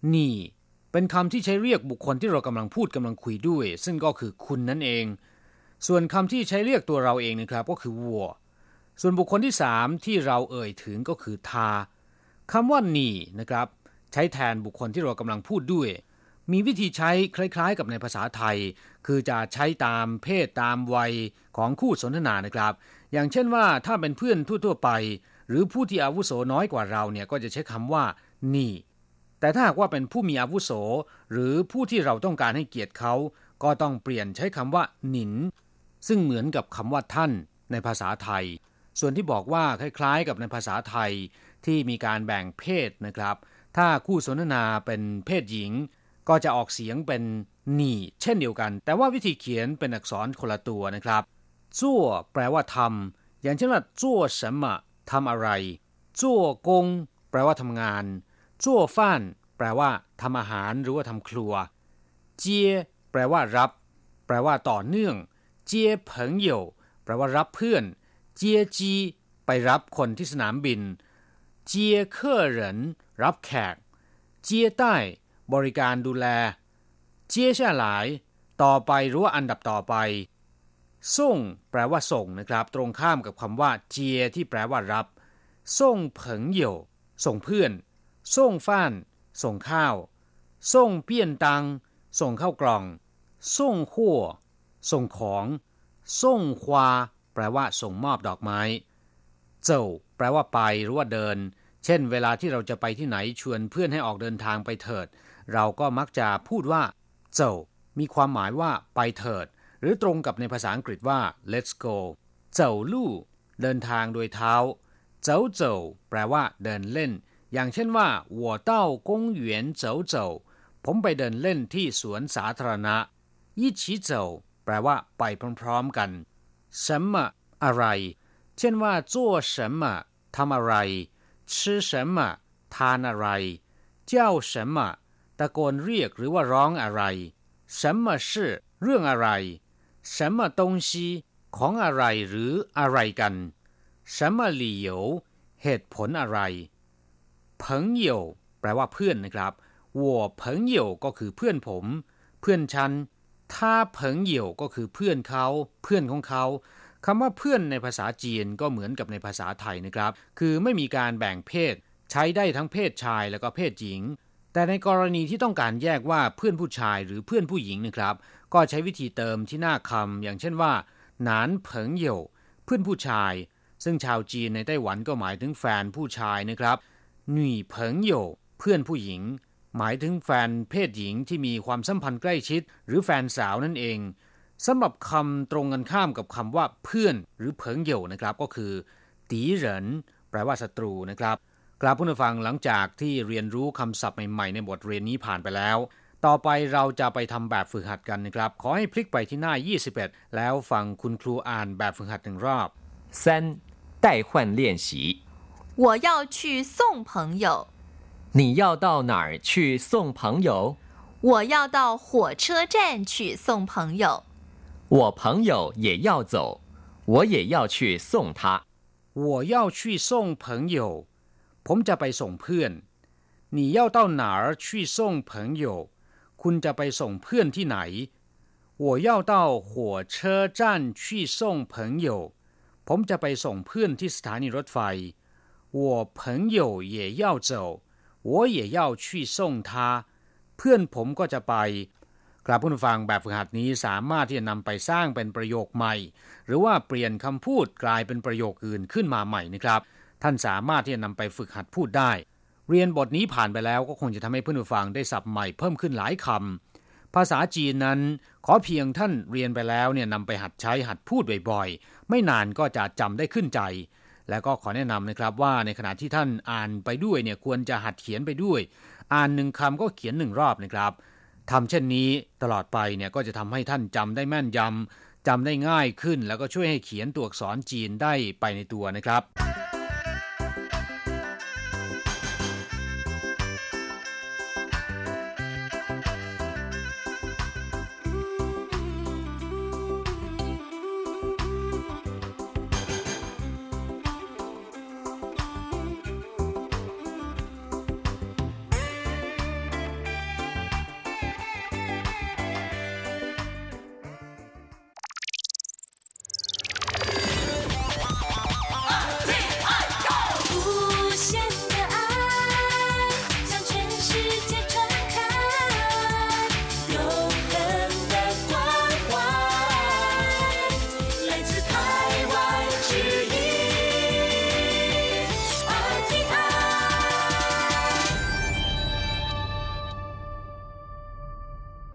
นี่เป็นคำที่ใช้เรียกบุคคลที่เรากำลังพูดกำลังคุยด้วยซึ่งก็คือคุณนั่นเองส่วนคำที่ใช้เรียกตัวเราเองนะครับก็คือวัวส่วนบุคคลที่สามที่เราเอ่ยถึงก็คือทาคำว่านี่นะครับใช้แทนบุคคลที่เรากำลังพูดด้วยมีวิธีใช้คล้ายๆกับในภาษาไทยคือจะใช้ตามเพศตามวัยของคู่สนทนานะครับอย่างเช่นว่าถ้าเป็นเพื่อนทั่วๆไปหรือผู้ที่อาวุโสน้อยกว่าเราเนี่ยก็จะใช้คำว่านี่แต่ถ้าหากว่าเป็นผู้มีอาวุโสหรือผู้ที่เราต้องการให้เกียรติเขาก็ต้องเปลี่ยนใช้คำว่าหนินซึ่งเหมือนกับคำว่าท่านในภาษาไทยส่วนที่บอกว่าคล้ายๆกับในภาษาไทยที่มีการแบ่งเพศนะครับถ้าคู่สนทนาเป็นเพศหญิงก็จะออกเสียงเป็นหนี่เช่นเดียวกันแต่ว่าวิธีเขียนเป็นอักษรคนละตัวนะครับจั่วแปลว่าทำอย่างเช่นว่าจั่ว什么ทำอะไรจั่วกงแปลว่าทำงานจั่วฟ่านแปลว่าทำอาหารหรือว่าทำครัวเจียแปลว่ารับแปลว่าต่อเนื่องเจียเผิงเหย่แปลว่ารับเพื่อนเจียจีไปรับคนที่สนามบินเจียเคอเหรินรับแขกเจียใต้บริการดูแลเจียช่าหลายต่อไปหรือว่าอันดับต่อไปส่งแปลว่าส่งนะครับตรงข้ามกับคำว่าเจียที่แปลว่ารับส่งเผิงเหย่ส่งเพื่อนส่งฟ่านส่งข้าวส่งเปี้ยนตังส่งข้าวกล่องส่งขั้วส่งของส่งควาแปลว่าส่งมอบดอกไม้เจ้าแปลว่าไปหรือว่าเดินเช่นเวลาที่เราจะไปที่ไหนชวนเพื่อนให้ออกเดินทางไปเถิดเราก็มักจะพูดว่าเจ้ามีความหมายว่าไปเถิดหรือตรงกับในภาษาอังกฤษว่า let's go เจ้าลู่เดินทางโดยเท้าเจ้าเจ้าแปลว่าเดินเล่นอย่างเช่นว่า我到公园走走ผมไปเดินเล่นที่สวนสาธารณะ一起走แปลว่าไปพร้อมๆกัน什么อะไรเช่นว่า做什么ทำอะไร吃什么ทานอะไร叫什么ตะโกนเรียกหรือว่าร้องอะไร什么事เรื่องอะไร什么东西ของอะไรหรืออะไรกัน什么理由เหตุผลอะไร朋友แปลว่าเพื่อนนะครับ我朋友ก็คือเพื่อนผมเพื่อนฉันถ้า朋友ก็คือเพื่อนเขาเพื่อนของเขาคำว่าเพื่อนในภาษาจีนก็เหมือนกับในภาษาไทยนะครับคือไม่มีการแบ่งเพศใช้ได้ทั้งเพศชายแล้วก็เพศหญิงแต่ในกรณีที่ต้องการแยกว่าเพื่อนผู้ชายหรือเพื่อนผู้หญิงนะครับก็ใช้วิธีเติมที่หน้าคำอย่างเช่นว่าหนานเผิงเหย่เพื่อนผู้ชายซึ่งชาวจีนในไต้หวันก็หมายถึงแฟนผู้ชายนะครับหนุ่ยเผิงเหย่เพื่อนผู้หญิงหมายถึงแฟนเพศหญิงที่มีความสัมพันธ์ใกล้ชิดหรือแฟนสาวนั่นเองสำหรับคำตรงกันข้ามกับคำว่าเพื่อนหรือเผิงเหย่นะครับก็คือตีเหรินแปลว่าศัตรูนะครับกราบผู้ฟังหลังจากที่เรียนรู้คำศัพท์ใหม่ๆในบทเรียนนี้ผ่านไปแล้วต่อไปเราจะไปทำแบบฝึกหัดกันนะครับขอให้พลิกไปที่หน้ายี่สิบเอ็ดแล้วฟังคุณครูอ่านแบบฝึกหัดหนึ่งรอบ三代换练习我要去送朋友你要到哪儿去送朋友我要到火车站去送朋友我朋友也要走我也要去送他我要去送朋友ผมจะไปส่งเพื่อน你要到哪儿去送朋友คุณจะไปส่งเพื่อนที่ไหน我要到火车站去送朋友ผมจะไปส่งเพื่อนที่สถานีรถไฟ我朋友也要走我也要去送他เพื่อนผมก็จะไปกราบผู้ฟังแบบฝึกหัดนี้สามารถที่จะนำไปสร้างเป็นประโยคใหม่หรือว่าเปลี่ยนคำพูดกลายเป็นประโยคอื่นขึ้นมาใหม่นะครับท่านสามารถที่จะนำไปฝึกหัดพูดได้เรียนบทนี้ผ่านไปแล้วก็คงจะทำให้ผู้ฟังได้ศัพท์ใหม่เพิ่มขึ้นหลายคำภาษาจีนนั้นขอเพียงท่านเรียนไปแล้วเนี่ยนำไปหัดใช้หัดพูดบ่อยๆไม่นานก็จะจำได้ขึ้นใจและก็ขอแนะนำนะครับว่าในขณะที่ท่านอ่านไปด้วยเนี่ยควรจะหัดเขียนไปด้วยอ่านหนึ่งคำก็เขียนหนึ่งรอบนะครับทำเช่นนี้ตลอดไปเนี่ยก็จะทำให้ท่านจำได้แม่นยำจำได้ง่ายขึ้นแล้วก็ช่วยให้เขียนตัวอักษรจีนได้ไปในตัวนะครับ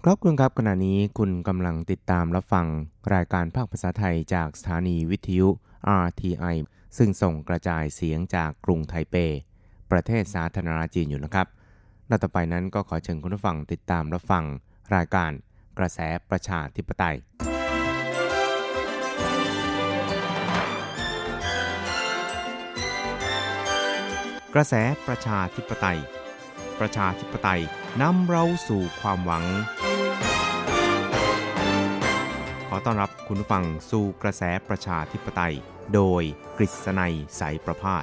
ครับคุณครับขณะนี้คุณกำลังติดตามรับฟังรายการภาคภาษาไทยจากสถานีวิทยุ อาร์ ที ไอ ซึ่งส่งกระจายเสียงจากกรุงไทเปประเทศสาธารณรัฐจีนอยู่นะครับและต่อไปนั้นก็ขอเชิญคุณผู้ฟังติดตามรับฟังรายการกระแสประชาธิปไตยกระแสประชาธิปไตยประชาธิปไตยนำเราสู่ความหวังขอต้อนรับคุณผู้ฟังสู่กระแสประชาธิปไตยโดยกฤษณัยสายประภาส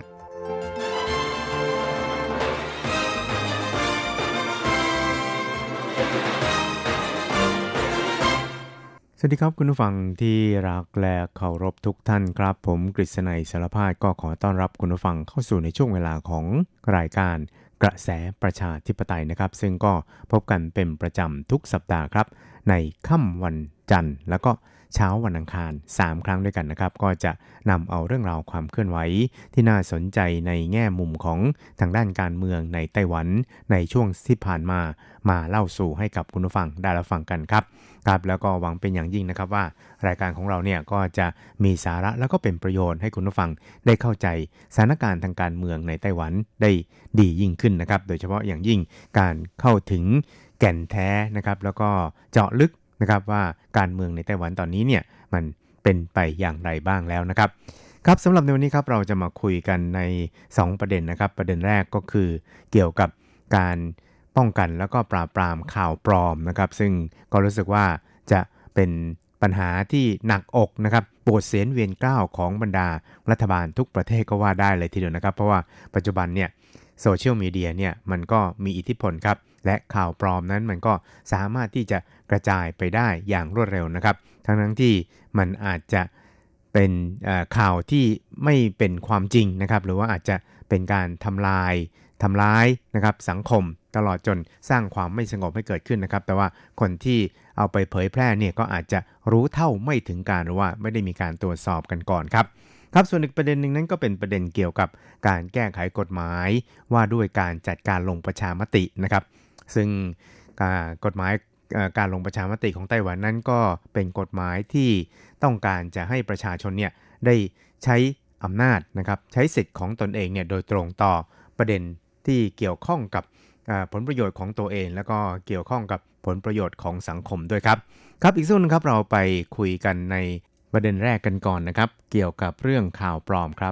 สวัสดีครับคุณผู้ฟังที่รักและเคารพทุกท่านครับผมกฤษณัยสารพาสก็ขอต้อนรับคุณผู้ฟังเข้าสู่ในช่วงเวลาของรายการกระแสประชาธิปไตยนะครับซึ่งก็พบกันเป็นประจำทุกสัปดาห์ครับในค่ำวันจันทร์แล้วก็เช้าวันอังคารสามครั้งด้วยกันนะครับก็จะนำเอาเรื่องราวความเคลื่อนไหวที่น่าสนใจในแง่มุมของทางด้านการเมืองในไต้หวันในช่วงที่ผ่านมามาเล่าสู่ให้กับคุณผู้ฟังได้รับฟังกันครับครับแล้วก็หวังเป็นอย่างยิ่งนะครับว่ารายการของเราเนี่ยก็จะมีสาระแล้วก็เป็นประโยชน์ให้คุณผู้ฟังได้เข้าใจสถานการณ์ทางการเมืองในไต้หวันได้ดียิ่งขึ้นนะครับโดยเฉพาะอย่างยิ่งการเข้าถึงแก่นแท้นะครับแล้วก็เจาะลึกนะครับว่าการเมืองในไต้หวันตอนนี้เนี่ยมันเป็นไปอย่างไรบ้างแล้วนะครับครับสำหรับในวันนี้ครับเราจะมาคุยกันในสองประเด็นนะครับประเด็นแรกก็คือเกี่ยวกับการป้องกันแล้วก็ปราบปรามข่าวปลอมนะครับซึ่งก็รู้สึกว่าจะเป็นปัญหาที่หนักอกนะครับปวดเสียนเวียนเกล้าของบรรดารัฐบาลทุกประเทศก็ว่าได้เลยทีเดียวนะครับเพราะว่าปัจจุบันเนี่ยโซเชียลมีเดียเนี่ยมันก็มีอิทธิพลครับและข่าวปลอมนั้นมันก็สามารถที่จะกระจายไปได้อย่างรวดเร็วนะครับทั้งทั้งที่มันอาจจะเป็นข่าวที่ไม่เป็นความจริงนะครับหรือว่าอาจจะเป็นการทำลายทำร้ายนะครับสังคมตลอดจนสร้างความไม่สงบให้เกิดขึ้นนะครับแต่ว่าคนที่เอาไปเผยแพร่เนี่ยก็อาจจะรู้เท่าไม่ถึงการหรือว่าไม่ได้มีการตรวจสอบกันก่อนครับครับส่วนอีกประเด็นหนึ่งนั้นก็เป็นประเด็นเกี่ยวกับการแก้ไขกฎหมายว่าด้วยการจัดการลงประชามตินะครับซึ่งกฎหมายการลงประชามติของไต้หวันนั้นก็เป็นกฎหมายที่ต้องการจะให้ประชาชนเนี่ยได้ใช้อำนาจนะครับใช้สิทธิ์ของตนเองเนี่ยโดยตรงต่อประเด็นที่เกี่ยวข้องกับผลประโยชน์ของตัวเองแล้วก็เกี่ยวข้องกับผลประโยชน์ของสังคมด้วยครับครับอีกส่วนนึงครับเราไปคุยกันในประเด็นแรกกันก่อนนะครับเกี่ยวกับเรื่องข่าวปลอมครับ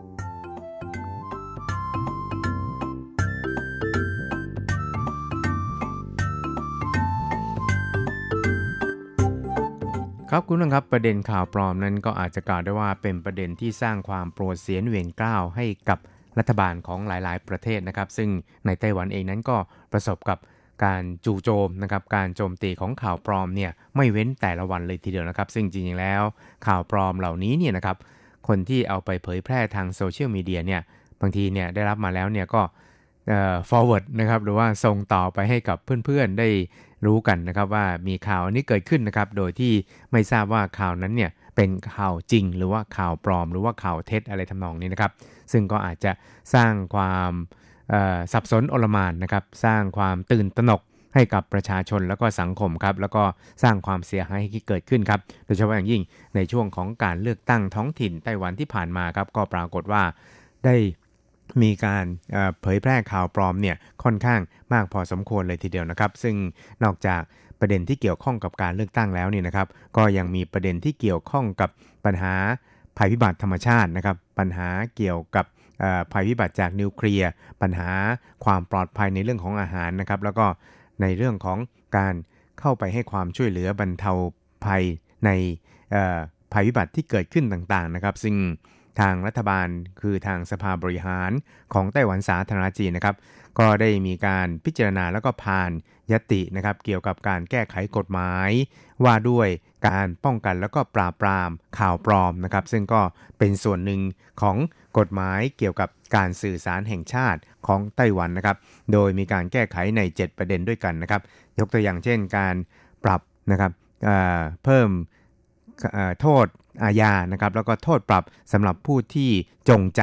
ครับคุณผู้ชมครับประเด็นข่าวปลอมนั้นก็อาจจะกล่าวได้ว่าเป็นประเด็นที่สร้างความโปรดเสียนเวียนเกล้าให้กับรัฐบาลของหลายๆประเทศนะครับซึ่งในไต้หวันเองนั้นก็ประสบกับการจู่โจมนะครับการโจมตีของข่าวปลอมเนี่ยไม่เว้นแต่ละวันเลยทีเดียวนะครับซึ่งจริงๆแล้วข่าวปลอมเหล่านี้เนี่ยนะครับคนที่เอาไปเผยแพร่ทางโซเชียลมีเดียเนี่ยบางทีเนี่ยได้รับมาแล้วเนี่ยก็เอ่อ forward นะครับหรือว่าส่งต่อไปให้กับเพื่อนๆได้รู้กันนะครับว่ามีข่าวนี้เกิดขึ้นนะครับโดยที่ไม่ทราบว่าข่าวนั้นเนี่ยเป็นข่าวจริงหรือว่าข่าวปลอมหรือว่าข่าวเท็จอะไรทำนองนี้นะครับซึ่งก็อาจจะสร้างความสับสนโอลหม่านนะครับสร้างความตื่นตระหนกให้กับประชาชนแล้วก็สังคมครับแล้วก็สร้างความเสียหายที่เกิดขึ้นครับโดยเฉพาะอย่างยิ่งในช่วงของการเลือกตั้งท้องถิ่นไต้หวันที่ผ่านมาครับก็ปรากฏว่าได้มีการเผยแพร่ข่าวปลอมเนี่ยค่อนข้างมากพอสมควรเลยทีเดียวนะครับซึ่งนอกจากประเด็นที่เกี่ยวข้องกับการเลือกตั้งแล้วนี่นะครับก็ยังมีประเด็นที่เกี่ยวข้องกับปัญหาภัยพิบัติธรรมชาตินะครับปัญหาเกี่ยวกับภัยพิบัติจากนิวเคลียร์ปัญหาความปลอดภัยในเรื่องของอาหารนะครับแล้วก็ในเรื่องของการเข้าไปให้ความช่วยเหลือบรรเทาภัยในภัยพิบัติที่เกิดขึ้นต่างๆนะครับซึ่งทางรัฐบาลคือทางสภาบริหารของไต้หวันสาธารณรัฐจีนนะครับก็ได้มีการพิจารณาแล้วก็ผ่านยตินะครับเกี่ยวกับการแก้ไขกฎหมายว่าด้วยการป้องกันแล้วก็ปราบปรามข่าวปลอมนะครับซึ่งก็เป็นส่วนหนึ่งของกฎหมายเกี่ยวกับการสื่อสารแห่งชาติของไต้หวันนะครับโดยมีการแก้ไขในเจ็ดประเด็นด้วยกันนะครับยกตัวอย่างเช่นการปรับนะครับเอ่อเพิ่มเอ่อโทษอาญานะครับแล้วก็โทษปรับสำหรับผู้ที่จงใจ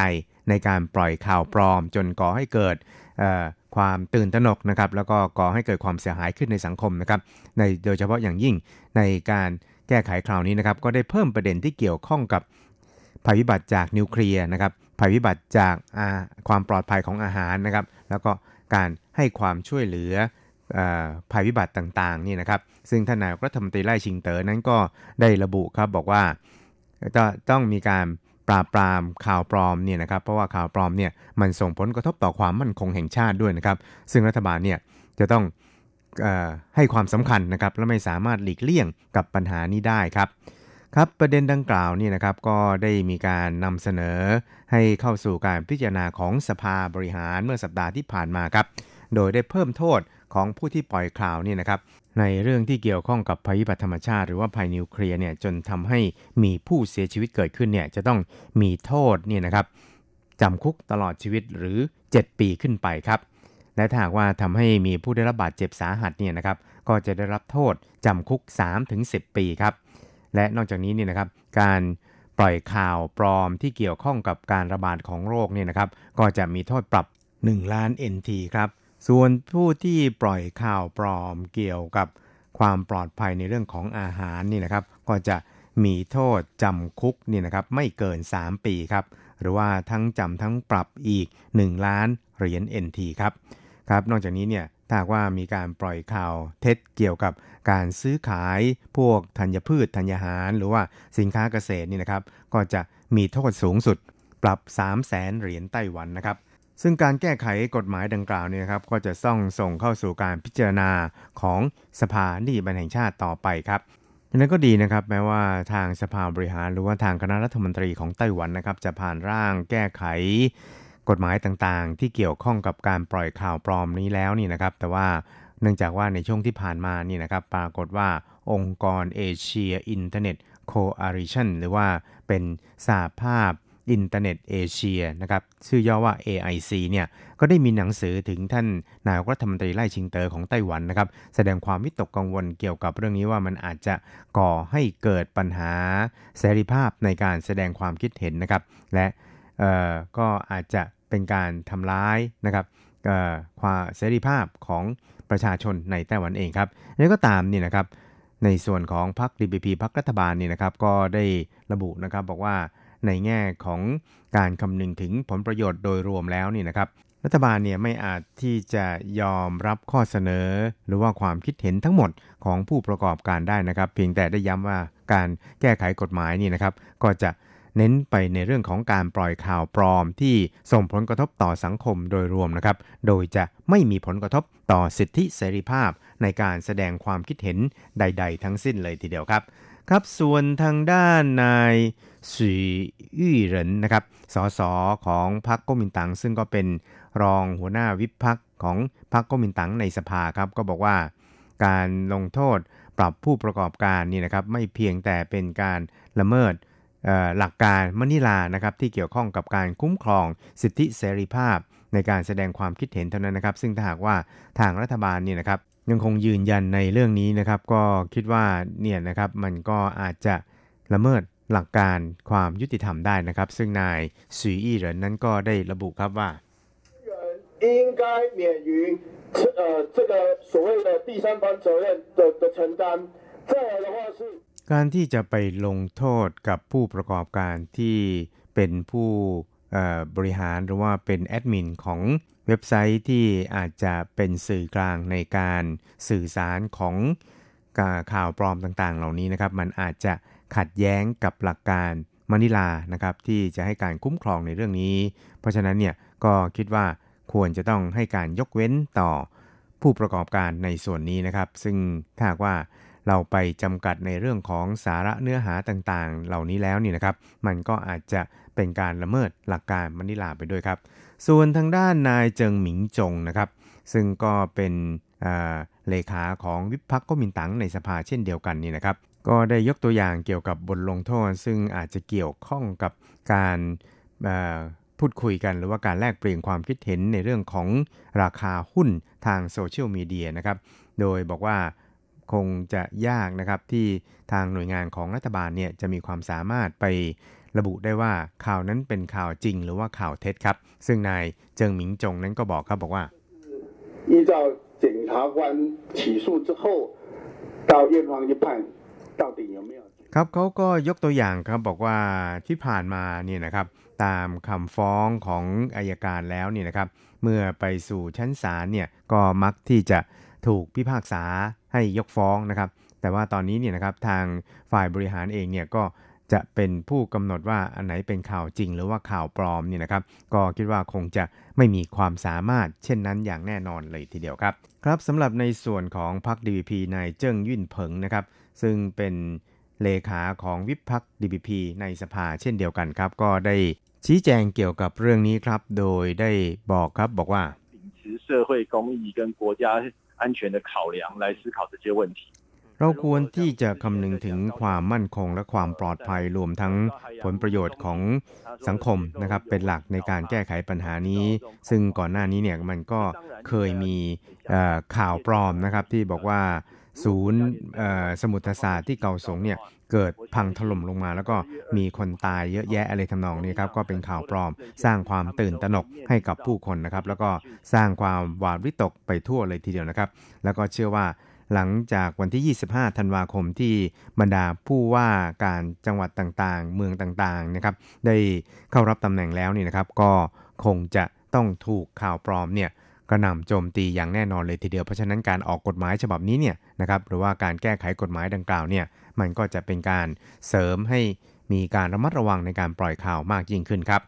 ในการปล่อยข่าวปลอมจนก่อให้เกิดความตื่นตระหนกนะครับแล้วก็ก่อให้เกิดความเสียหายขึ้นในสังคมนะครับในโดยเฉพาะอย่างยิ่งในการแก้ไขคราวนี้นะครับก็ได้เพิ่มประเด็นที่เกี่ยวข้องกับภัยพิบัติจากนิวเคลียร์นะครับภัยพิบัติจากความปลอดภัยของอาหารนะครับแล้วก็การให้ความช่วยเหลือภัยพิบัติต่างๆนี่นะครับซึ่งท่านนายกรัฐมนตรีไล่ชิงเต๋อนั้นก็ได้ระบุครับบอกว่าจะต้องมีการปราบปรามข่าวปลอมเนี่ยนะครับเพราะว่าข่าวปลอมเนี่ยมันส่งผลกระทบต่อความมั่นคงแห่งชาติด้วยนะครับซึ่งรัฐบาลเนี่ยจะต้องเอ่อให้ความสำคัญนะครับและไม่สามารถหลีกเลี่ยงกับปัญหานี้ได้ครับครับประเด็นดังกล่าวนี่นะครับก็ได้มีการนำเสนอให้เข้าสู่การพิจารณาของสภาบริหารเมื่อสัปดาห์ที่ผ่านมาครับโดยได้เพิ่มโทษของผู้ที่ปล่อยข่าวนี่นะครับในเรื่องที่เกี่ยวข้องกับภัยพิบัติธรรมชาติหรือว่าภัยนิวเคลียร์เนี่ยจนทำให้มีผู้เสียชีวิตเกิดขึ้นเนี่ยจะต้องมีโทษเนี่ยนะครับจำคุกตลอดชีวิตหรือเจ็ดปีขึ้นไปครับและถ้าหากว่าทำให้มีผู้ได้รับบาดเจ็บสาหัสเนี่ยนะครับก็จะได้รับโทษจำคุก สามถึงสิบ ปีครับและนอกจากนี้เนี่ยนะครับการปล่อยข่าวปลอมที่เกี่ยวข้องกับการระบาดของโรคเนี่ยนะครับก็จะมีโทษปรับหนึ่งล้าน เอ็น ที ครับส่วนผู้ที่ปล่อยข่าวปลอมเกี่ยวกับความปลอดภัยในเรื่องของอาหารนี่นะครับก็จะมีโทษจำคุกนี่นะครับไม่เกินสามปีครับหรือว่าทั้งจำทั้งปรับอีกหนึ่งล้านเหรียญ เอ็น ที ครับครับนอกจากนี้เนี่ยถ้าว่ามีการปล่อยข่าวเท็จเกี่ยวกับการซื้อขายพวกธัญพืชธัญญาหารหรือว่าสินค้าเกษตรนี่นะครับก็จะมีโทษสูงสุดปรับ สามแสน เหรียญไต้หวันนะครับซึ่งการแก้ไขกฎหมายดังกล่าวเนี่ยครับก็จะต้องส่งเข้าสู่การพิจารณาของสภานิติบัญญัติแห่งชาติต่อไปครับดังนั้นก็ดีนะครับแม้ว่าทางสภาบริหารหรือว่าทางคณะรัฐมนตรีของไต้หวันนะครับจะผ่านร่างแก้ไขกฎหมายต่างๆที่เกี่ยวข้องกับการปล่อยข่าวปลอมนี้แล้วนี่นะครับแต่ว่าเนื่องจากว่าในช่วงที่ผ่านมานี่นะครับปรากฏว่าองค์กรเอเชียอินเทอร์เน็ตโคอาริชันหรือว่าเป็นสหภาพอินเทอร์เน็ตเอเชียนะครับชื่อย่อว่า เอ ไอ ซี เนี่ยก็ได้มีหนังสือถึงท่านนายกรัฐมนตรีไล่ชิงเต๋อของไต้หวันนะครับแสดงความวิตกกังวลเกี่ยวกับเรื่องนี้ว่ามันอาจจะก่อให้เกิดปัญหาเสรีภาพในการแสดงความคิดเห็นนะครับและเอ่อก็อาจจะเป็นการทำร้ายนะครับเอ่อความเสรีภาพของประชาชนในไต้หวันเองครับแล้วก็ตามนี่นะครับในส่วนของพรรค ดี พี พี พรรครัฐบาลนี่นะครับก็ได้ระบุนะครับบอกว่าในแง่ของการคำนึงถึงผลประโยชน์โดยรวมแล้วนี่นะครับรัฐบาลเนี่ยไม่อาจที่จะยอมรับข้อเสนอหรือว่าความคิดเห็นทั้งหมดของผู้ประกอบการได้นะครับเพียงแต่ได้ย้ำว่าการแก้ไขกฎหมายนี่นะครับก็จะเน้นไปในเรื่องของการปล่อยข่าวปลอมที่ส่งผลกระทบต่อสังคมโดยรวมนะครับโดยจะไม่มีผลกระทบต่อสิทธิเสรีภาพในการแสดงความคิดเห็นใดๆทั้งสิ้นเลยทีเดียวครับครับส่วนทางด้านนายสีอี้เหรินนะครับสสของพรรคก๊กมินตั๋งซึ่งก็เป็นรองหัวหน้าวิปพรรคของพรรคก๊กมินตั๋งในสภาครับก็บอกว่าการลงโทษปรับผู้ประกอบการนี่นะครับไม่เพียงแต่เป็นการละเมิดหลักการมะนิลานะครับที่เกี่ยวข้องกับการคุ้มครองสิทธิเสรีภาพในการแสดงความคิดเห็นเท่านั้นนะครับซึ่งถ้าหากว่าทางรัฐบาลนี่นะครับยังคงยืนยันในเรื่องนี้นะครับก็คิดว่าเนี่ยนะครับมันก็อาจจะละเมิดหลักการความยุติธรรมได้นะครับซึ่งนายซุยอี้เหรินนั้นก็ได้ระบุครับว่า应该免于呃这个所谓的第三方责任的的承担再来的话是การที่จะไปลงโทษกับผู้ประกอบการที่เป็นผู้บริหารหรือว่าเป็นแอดมินของเว็บไซต์ที่อาจจะเป็นสื่อกลางในการสื่อสารของข่าวปลอมต่างๆเหล่านี้นะครับมันอาจจะขัดแย้งกับหลักการมะนิลานะครับที่จะให้การคุ้มครองในเรื่องนี้เพราะฉะนั้นเนี่ยก็คิดว่าควรจะต้องให้การยกเว้นต่อผู้ประกอบการในส่วนนี้นะครับซึ่งถ้าหากว่าเราไปจำกัดในเรื่องของสาระเนื้อหาต่างๆเหล่านี้แล้วนี่นะครับมันก็อาจจะเป็นการละเมิดหลักการมะนิลาไปด้วยครับส่วนทางด้านนายเจิงหมิงจงนะครับซึ่งก็เป็นเลขาของวิปพรรคก๊กมินตั๋งในสภาเช่นเดียวกันนี่นะครับก็ได้ยกตัวอย่างเกี่ยวกับบทลงโทษซึ่งอาจจะเกี่ยวข้องกับการพูดคุยกันหรือว่าการแลกเปลี่ยนความคิดเห็นในเรื่องของราคาหุ้นทางโซเชียลมีเดียนะครับโดยบอกว่าคงจะยากนะครับที่ทางหน่วยงานของรัฐบาลเนี่ยจะมีความสามารถไประบุได้ว่าข่าวนั้นเป็นข่าวจริงหรือว่าข่าวเท็จครับซึ่งนายเจิงหมิงจงนั้นก็บอกครับบอกว่า依照检察官起诉之后到院方去判到底有没有ครับเขาก็ยกตัวอย่างครับบอกว่าที่ผ่านมาเนี่ยนะครับตามคำฟ้องของอัยการแล้วเนี่ยนะครับเมื่อไปสู่ชั้นศาลเนี่ยก็มักที่จะถูกพิพากษาให้ยกฟ้องนะครับแต่ว่าตอนนี้เนี่ยนะครับทางฝ่ายบริหารเองเนี่ยก็จะเป็นผู้กำหนดว่าอันไหนเป็นข่าวจริงหรือว่าข่าวปลอมเนี่ยนะครับก็คิดว่าคงจะไม่มีความสามารถเช่นนั้นอย่างแน่นอนเลยทีเดียวครับครับสำหรับในส่วนของพรรค ดี พี พี นายเจิ้งยุ่นเผิงนะครับซึ่งเป็นเลขาของวิปพรรค ดี พี พี ในสภาเช่นเดียวกันครับก็ได้ชี้แจงเกี่ยวกับเรื่องนี้ครับโดยได้บอกครับบอกว่า社会公益跟国家安全的考量来思考这些问题เราควรที่จะคำนึงถึงความมั่นคงและความปลอดภัยรวมทั้งผลประโยชน์ของสังคมนะครับเป็นหลักในการแก้ไขปัญหานี้ซึ่งก่อนหน้านี้เนี่ยมันก็เคยมีข่าวปลอมนะครับที่บอกว่าศูนย์สมุทรศาสตร์ที่เกาสงเนี่ยเกิดพังถล่มลงมาแล้วก็มีคนตายเยอะแยะอะไรทำนองนี้ครับก็เป็นข่าวปลอมสร้างความตื่นตระหนกให้กับผู้คนนะครับแล้วก็สร้างความหวาดวิตกไปทั่วเลยทีเดียวนะครับแล้วก็เชื่อว่าหลังจากวันที่ยี่สิบห้าธันวาคมที่บรรดาผู้ว่าการจังหวัดต่างๆเมืองต่างๆนะครับได้เข้ารับตำแหน่งแล้วนี่นะครับก็คงจะต้องถูกข่าวปลอมเนี่ยกระหน่ำโจมตีอย่างแน่นอนเลยทีเดียวเพราะฉะนั้นการออกกฎหมายฉบับนี้เนี่ยนะครับหรือว่าการแก้ไขกฎหมายดังกล่าวเนี่ยมันก็จะเป็นการเสริมให้มีการระมัดระวังในการปล่อยข่าวมากยิ่งขึ้นครับ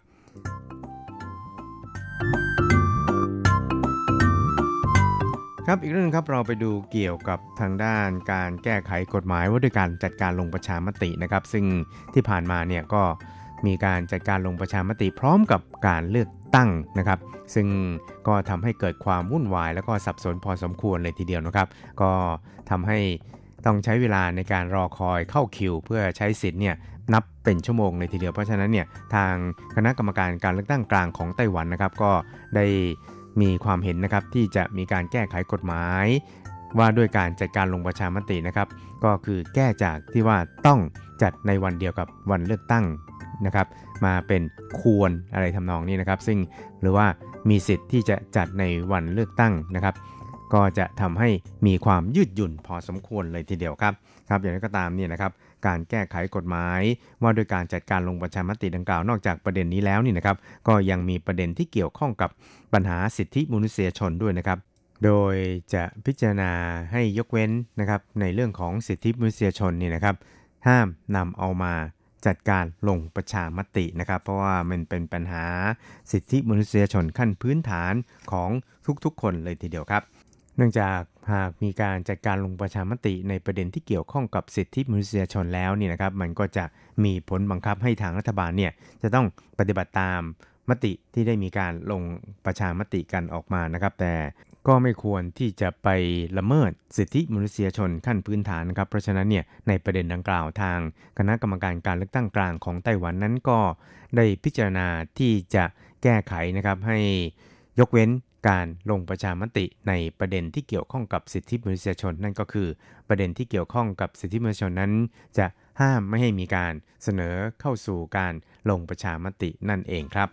ครับอีกเรื่องครับเราไปดูเกี่ยวกับทางด้านการแก้ไขกฎหมายว่าด้วยการจัดการลงประชามตินะครับซึ่งที่ผ่านมาเนี่ยก็มีการจัดการลงประชามติพร้อมกับการเลือกตั้งนะครับซึ่งก็ทำให้เกิดความวุ่นวายแล้วก็สับสนพอสมควรเลยทีเดียวนะครับก็ทำให้ต้องใช้เวลาในการรอคอยเข้าคิวเพื่อใช้สิทธิ์เนี่ยนับเป็นชั่วโมงเลยทีเดียวเพราะฉะนั้นเนี่ยทางคณะกรรมการการเลือกตั้งกลางของไต้หวันนะครับก็ได้มีความเห็นนะครับที่จะมีการแก้ไขกฎหมายว่าด้วยการจัดการลงประชามตินะครับก็คือแก้จากที่ว่าต้องจัดในวันเดียวกับวันเลือกตั้งนะครับมาเป็นควรอะไรทำนองนี้นะครับซึ่งหรือว่ามีสิทธิ์ที่จะจัดในวันเลือกตั้งนะครับก็จะทำให้มีความยืดหยุ่นพอสมควรเลยทีเดียวครับครับอย่างไรก็ตามเนี่ยนะครับการแก้ไขกฎหมายว่าด้วยการจัดการลงประชามติดังกล่าวนอกจากประเด็นนี้แล้วนี่นะครับก็ยังมีประเด็นที่เกี่ยวข้องกับปัญหาสิทธิมนุษยชนด้วยนะครับโดยจะพิจารณาให้ยกเว้นนะครับในเรื่องของสิทธิมนุษยชนนี่นะครับห้ามนำเอามาจัดการลงประชามตินะครับเพราะว่ามันเป็นปัญหาสิทธิมนุษยชนขั้นพื้นฐานของทุกๆคนเลยทีเดียวครับเนื่องจากหากมีการจัดการลงประชามติในประเด็นที่เกี่ยวข้องกับสิทธิมนุษยชนแล้วนี่นะครับมันก็จะมีผลบังคับให้ทางรัฐบาลเนี่ยจะต้องปฏิบัติตามมติที่ได้มีการลงประชามติกันออกมานะครับแต่ก็ไม่ควรที่จะไปละเมิดสิทธิมนุษยชนขั้นพื้นฐานนะครับเพราะฉะนั้นเนี่ยในประเด็นดังกล่าวทางคณะกรรมการการเลือกตั้งกลางของไต้หวันนั้นก็ได้พิจารณาที่จะแก้ไขนะครับให้ยกเว้นการลงประชามติในประเด็นที่เกี่ยวข้องกับสิทธิมนุษยชนนั่นก็คือประเด็นที่เกี่ยวข้องกับสิทธิมนุษยชนนั้นจะห้ามไม่ให้มีการเสนอเข้าสู่การลงประชามตินั่นเองครับ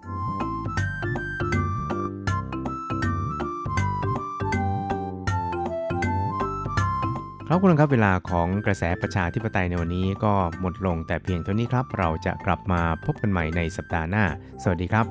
ครับคุณผู้ชมครับเวลาของกระแสประชาธิปไตยในวันนี้ก็หมดลงแต่เพียงเท่านี้ครับเราจะกลับมาพบกันใหม่ในสัปดาห์หน้าสวัสดีครับ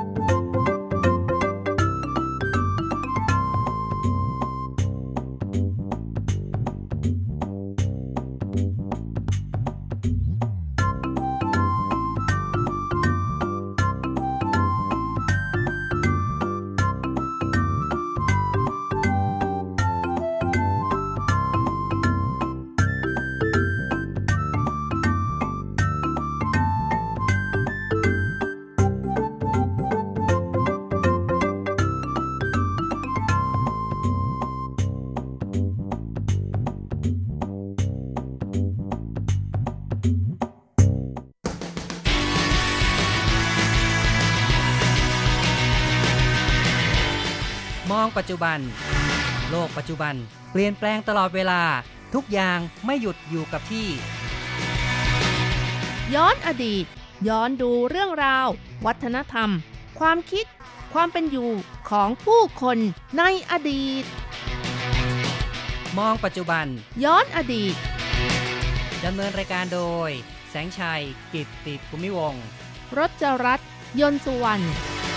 มองปัจจุบันโลกปัจจุบันเปลี่ยนแปลงตลอดเวลาทุกอย่างไม่หยุดอยู่กับที่ย้อนอดีตย้อนดูเรื่องราววัฒนธรรมความคิดความเป็นอยู่ของผู้คนในอดีตมองปัจจุบันย้อนอดีตดำเนินรายการโดยแสงชัยกิตติภูมิวงศ์รจรัตน์ยนต์สุวรรณ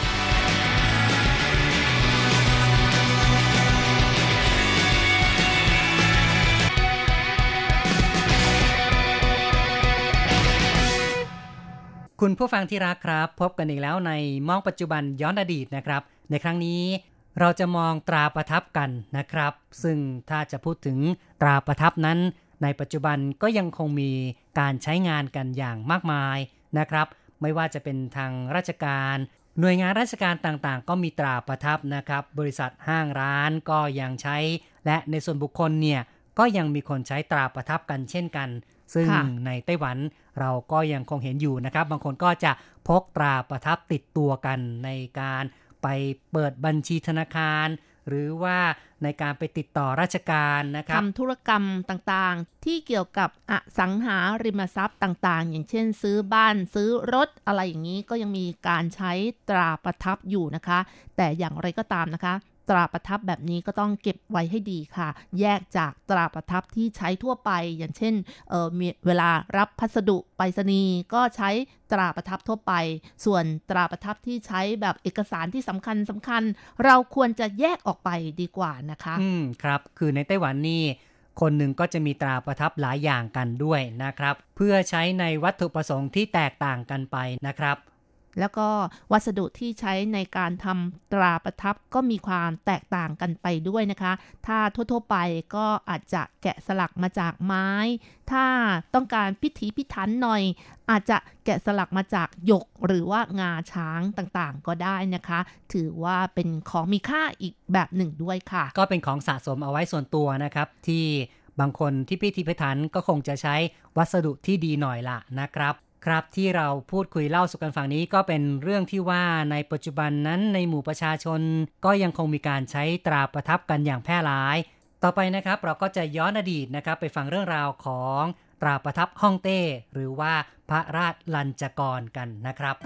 คุณผู้ฟังที่รักครับพบกันอีกแล้วในมองปัจจุบันย้อนอดีตนะครับในครั้งนี้เราจะมองตราประทับกันนะครับซึ่งถ้าจะพูดถึงตราประทับนั้นในปัจจุบันก็ยังคงมีการใช้งานกันอย่างมากมายนะครับไม่ว่าจะเป็นทางราชการหน่วยงานราชการต่างๆก็มีตราประทับนะครับบริษัทห้างร้านก็ยังใช้และในส่วนบุคคลเนี่ยก็ยังมีคนใช้ตราประทับกันเช่นกันซึ่งในไต้หวันเราก็ยังคงเห็นอยู่นะครับบางคนก็จะพกตราประทับติดตัวกันในการไปเปิดบัญชีธนาคารหรือว่าในการไปติดต่อราชการนะครับทำธุรกรรมต่างๆที่เกี่ยวกับอสังหาริมทรัพย์ต่างๆอย่างเช่นซื้อบ้านซื้อรถอะไรอย่างนี้ก็ยังมีการใช้ตราประทับอยู่นะคะแต่อย่างไรก็ตามนะคะตราประทับแบบนี้ก็ต้องเก็บไว้ให้ดีค่ะแยกจากตราประทับที่ใช้ทั่วไปอย่างเช่นเอ่อมีเวลารับพัสดุไปรษณีย์ก็ใช้ตราประทับทั่วไปส่วนตราประทับที่ใช้แบบเอกสารที่สำคัญสำคัญเราควรจะแยกออกไปดีกว่านะคะอืมครับคือในไต้หวันนี่คนหนึ่งก็จะมีตราประทับหลายอย่างกันด้วยนะครับเพื่อใช้ในวัตถุประสงค์ที่แตกต่างกันไปนะครับแล้วก็วัสดุที่ใช้ในการทำตราประทับก็มีความแตกต่างกันไปด้วยนะคะถ้าทั่วๆไปก็อาจจะแกะสลักมาจากไม้ถ้าต้องการพิถีพิถันหน่อยอาจจะแกะสลักมาจากหยกหรือว่างาช้างต่างๆก็ได้นะคะถือว่าเป็นของมีค่าอีกแบบหนึ่งด้วยค่ะก็เป็นของสะสมเอาไว้ส่วนตัวนะครับที่บางคนที่พิถีพิถันก็คงจะใช้วัสดุที่ดีหน่อยล่ะนะครับครับที่เราพูดคุยเล่าสู่กันฟังนี้ก็เป็นเรื่องที่ว่าในปัจจุบันนั้นในหมู่ประชาชนก็ยังคงมีการใช้ตราประทับกันอย่างแพร่หลายต่อไปนะครับเราก็จะย้อนอดีตนะครับไปฟังเรื่องราวของตราประทับฮ่องเต้หรือว่าพระราชลัญจกรกันนะครับ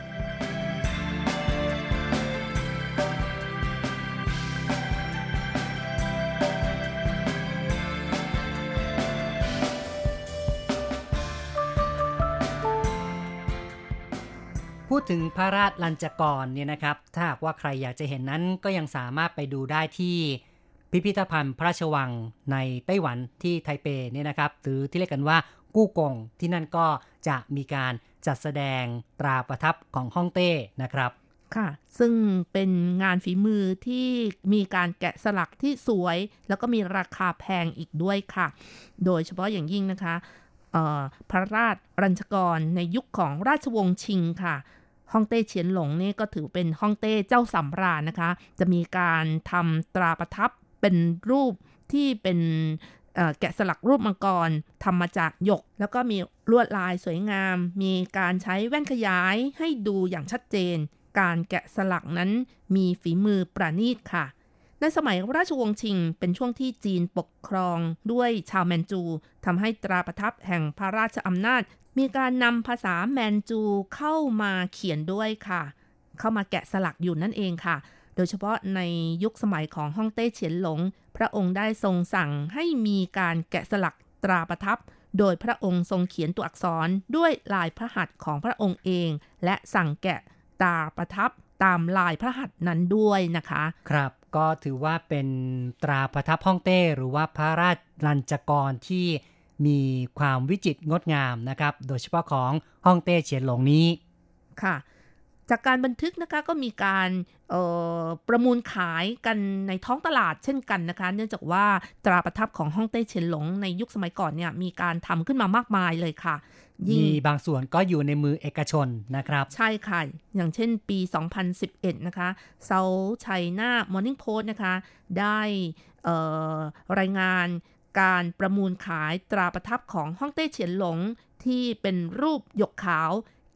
พูดถึงพระราชลัญจกรเนี่ยนะครับถ้าหากว่าใครอยากจะเห็นนั้นก็ยังสามารถไปดูได้ที่พิพิธภัณฑ์พระราชวังในไต้หวันที่ไทเปเนี่ยนะครับหรือที่เรียกกันว่ากู้กงที่นั่นก็จะมีการจัดแสดงตราประทับของฮ่องเต้นะครับค่ะซึ่งเป็นงานฝีมือที่มีการแกะสลักที่สวยแล้วก็มีราคาแพงอีกด้วยค่ะโดยเฉพาะอย่างยิ่งนะคะพระราชลัญจกรในยุคของราชวงศ์ชิงค่ะฮ่องเต้เฉียนหลงนี่ก็ถือเป็นฮ่องเต้เจ้าสำราญนะคะจะมีการทำตราประทับเป็นรูปที่เป็นแกะสลักรูปมังกรทำมาจากหยกแล้วก็มีลวดลายสวยงามมีการใช้แว่นขยายให้ดูอย่างชัดเจนการแกะสลักนั้นมีฝีมือประณีตค่ะในสมัยราชวงศ์ชิงเป็นช่วงที่จีนปกครองด้วยชาวแมนจูทำให้ตราประทับแห่งพระราชอำนาจมีการนำภาษาแมนจูเข้ามาเขียนด้วยค่ะเข้ามาแกะสลักอยู่นั่นเองค่ะโดยเฉพาะในยุคสมัยของฮ่องเต้เฉียนหลงพระองค์ได้ทรงสั่งให้มีการแกะสลักตราประทับโดยพระองค์ทรงเขียนตัวอักษรด้วยลายพระหัตถ์ของพระองค์เองและสั่งแกะตราประทับตามลายพระหัตถ์นั้นด้วยนะคะครับก็ถือว่าเป็นตราประทับฮ่องเต้หรือว่าพระราชลัญจกรที่มีความวิจิตรงดงามนะครับโดยเฉพาะของฮ่องเต้เฉียนหลงนี้ค่ะจากการบันทึกนะคะก็มีการประมูลขายกันในท้องตลาดเช่นกันนะคะเนื่องจากว่าตราประทับของฮ่องเต้เฉียนหลงในยุคสมัยก่อนเนี่ยมีการทำขึ้นมามากมายเลยค่ะมีบางส่วนก็อยู่ในมือเอกชนนะครับใช่ค่ะอย่างเช่นปีสองพันสิบเอ็ดนะคะ South China Morning Post นะคะได้รายงานการประมูลขายตราประทับของฮ่องเต้เฉียนหลงที่เป็นรูปหยกขาวแ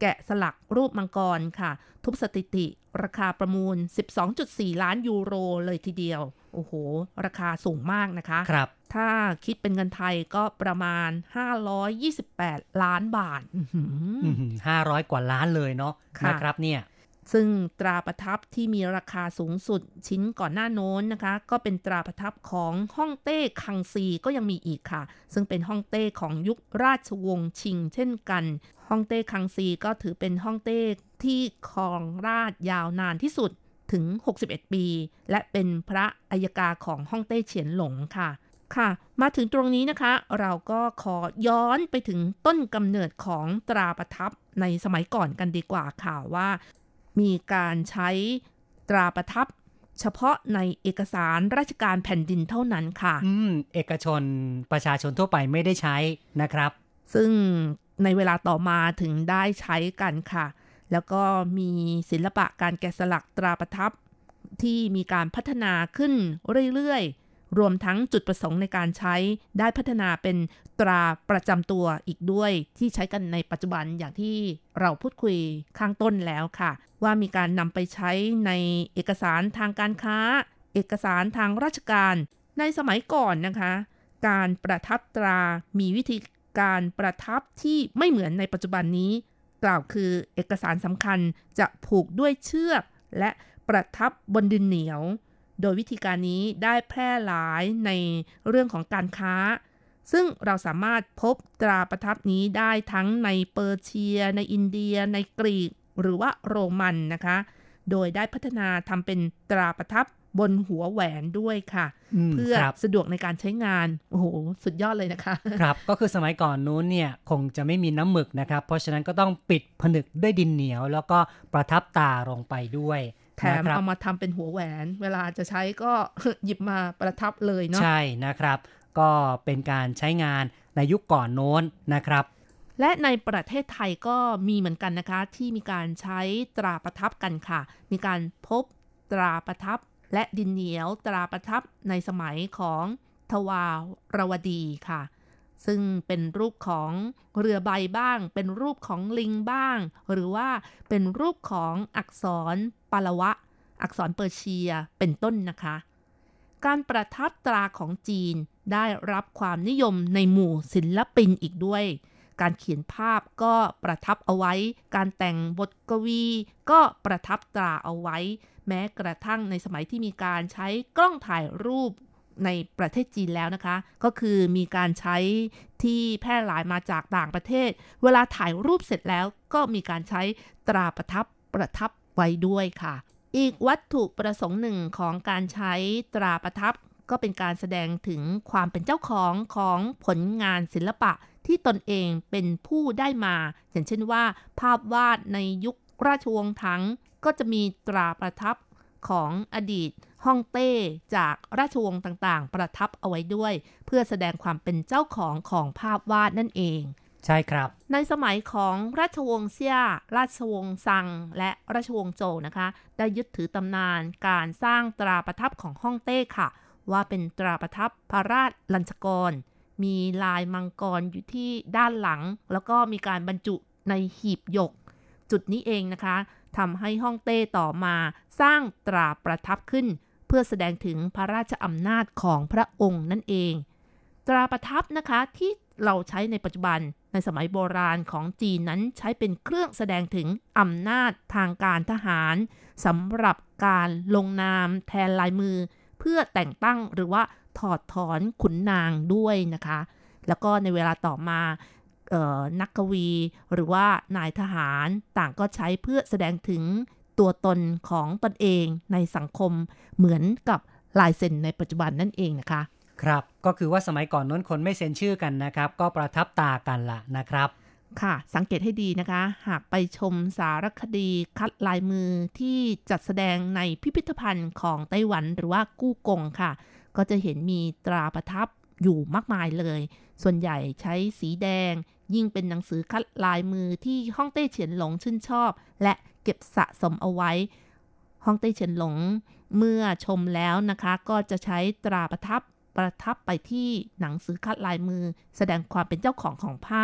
แกะสลักรูปมังกรค่ะทุบสถิติราคาประมูล สิบสองจุดสี่ ล้านยูโรเลยทีเดียวโอ้โหราคาสูงมากนะคะครับถ้าคิดเป็นเงินไทยก็ประมาณห้าร้อยยี่สิบแปดล้านบาทห้าร้อยกว่าล้านเลยเนาะนะครับเนี่ยซึ่งตราประทับที่มีราคาสูงสุดชิ้นก่อนหน้าโน้นนะคะก็เป็นตราประทับของฮ่องเต้คังซีก็ยังมีอีกค่ะซึ่งเป็นฮ่องเต้ของยุคราชวงศ์ชิงเช่นกันฮ่องเต้คังซีก็ถือเป็นฮ่องเต้ที่ครองราชยาวนานที่สุดถึงหกสิบเอ็ดปีและเป็นพระอัยการของฮ่องเต้เฉียนหลงค่ะค่ะมาถึงตรงนี้นะคะเราก็ขอย้อนไปถึงต้นกำเนิดของตราประทับในสมัยก่อนกันดีกว่าค่ะว่ามีการใช้ตราประทับเฉพาะในเอกสารราชการแผ่นดินเท่านั้นค่ะอืมเอกชนประชาชนทั่วไปไม่ได้ใช้นะครับซึ่งในเวลาต่อมาถึงได้ใช้กันค่ะแล้วก็มีศิลปะการแกะสลักตราประทับที่มีการพัฒนาขึ้นเรื่อยๆรวมทั้งจุดประสงค์ในการใช้ได้พัฒนาเป็นตราประจำตัวอีกด้วยที่ใช้กันในปัจจุบันอย่างที่เราพูดคุยข้างต้นแล้วค่ะว่ามีการนำไปใช้ในเอกสารทางการค้าเอกสารทางราชการในสมัยก่อนนะคะการประทับตรามีวิธีการประทับที่ไม่เหมือนในปัจจุบันนี้กล่าวคือเอกสารสำคัญจะผูกด้วยเชือกและประทับบนดินเหนียวโดยวิธีการนี้ได้แพร่หลายในเรื่องของการค้าซึ่งเราสามารถพบตราประทับนี้ได้ทั้งในเปอร์เซียในอินเดียในกรีกหรือว่าโรมันนะคะโดยได้พัฒนาทำเป็นตราประทับบนหัวแหวนด้วยค่ะเพื่อสะดวกในการใช้งานโอ้โหสุดยอดเลยนะคะครับก็คือสมัยก่อนนู้นเนี่ยคงจะไม่มีน้ำหมึกนะครับเพราะฉะนั้นก็ต้องปิดผนึกด้วยดินเหนียวแล้วก็ประทับตาลงไปด้วยแถมเอามาทำเป็นหัวแหวนเวลาจะใช้ก็หยิบมาประทับเลยเนาะใช่นะครับก็เป็นการใช้งานในยุคก่อนโน้นนะครับและในประเทศไทยก็มีเหมือนกันนะคะที่มีการใช้ตราประทับกันค่ะมีการพบตราประทับและดินเหนียวตราประทับในสมัยของทวารวดีค่ะซึ่งเป็นรูปของเรือใบบ้างเป็นรูปของลิงบ้างหรือว่าเป็นรูปของอักษรปาละวะอักษรเปอร์เซียเป็นต้นนะคะการประทับตราของจีนได้รับความนิยมในหมู่ศิลปินอีกด้วยการเขียนภาพก็ประทับเอาไว้การแต่งบทกวีก็ประทับตราเอาไว้แม้กระทั่งในสมัยที่มีการใช้กล้องถ่ายรูปในประเทศจีนแล้วนะคะก็คือมีการใช้ที่แพร่หลายมาจากต่างประเทศเวลาถ่ายรูปเสร็จแล้วก็มีการใช้ตราประทับประทับไว้ด้วยค่ะอีกวัตถุประสงค์หนึ่งของการใช้ตราประทับก็เป็นการแสดงถึงความเป็นเจ้าของของผลงานศิลปะที่ตนเองเป็นผู้ได้มาอย่างเช่นว่าภาพวาดในยุคราชวงศ์ถังก็จะมีตราประทับของอดีตฮ่องเต้จากราชวงศ์ต่างๆประทับเอาไว้ด้วยเพื่อแสดงความเป็นเจ้าของของภาพวาดนั่นเองใช่ครับในสมัยของราชวงศ์เซี่ยราชวงศ์ซังและราชวงศ์โจวนะคะได้ยึดถือตำนานการสร้างตราประทับของฮ่องเต้ค่ะว่าเป็นตราประทับพระราชลัญจกรมีลายมังกรอยู่ที่ด้านหลังแล้วก็มีการบรรจุในหีบหยกจุดนี้เองนะคะทำให้ฮ่องเต้ต่อมาสร้างตราประทับขึ้นเพื่อแสดงถึงพระราชอำนาจของพระองค์นั่นเองตราประทับนะคะที่เราใช้ในปัจจุบันในสมัยโบราณของจีนนั้นใช้เป็นเครื่องแสดงถึงอำนาจทางการทหารสำหรับการลงนามแทนลายมือเพื่อแต่งตั้งหรือว่าถอดถอนขุนนางด้วยนะคะแล้วก็ในเวลาต่อมานักกวีหรือว่านายทหารต่างก็ใช้เพื่อแสดงถึงตัวตนของตนเองในสังคมเหมือนกับลายเซ็นในปัจจุบันนั่นเองนะคะครับก็คือว่าสมัยก่อนนั้นคนไม่เซ็นชื่อกันนะครับก็ประทับตากันละนะครับค่ะสังเกตให้ดีนะคะหากไปชมสารคดีคัดลายมือที่จัดแสดงในพิพิธภัณฑ์ของไต้หวันหรือว่ากู้กงค่ะก็จะเห็นมีตราประทับอยู่มากมายเลยส่วนใหญ่ใช้สีแดงยิ่งเป็นหนังสือคัดลายมือที่ฮ่องเต้เฉียนหลงชื่นชอบและเก็บสะสมเอาไว้ฮ่องเต้เฉียนหลงเมื่อชมแล้วนะคะก็จะใช้ตราประทับประทับไปที่หนังสือคัดลายมือแสดงความเป็นเจ้าของของภาพ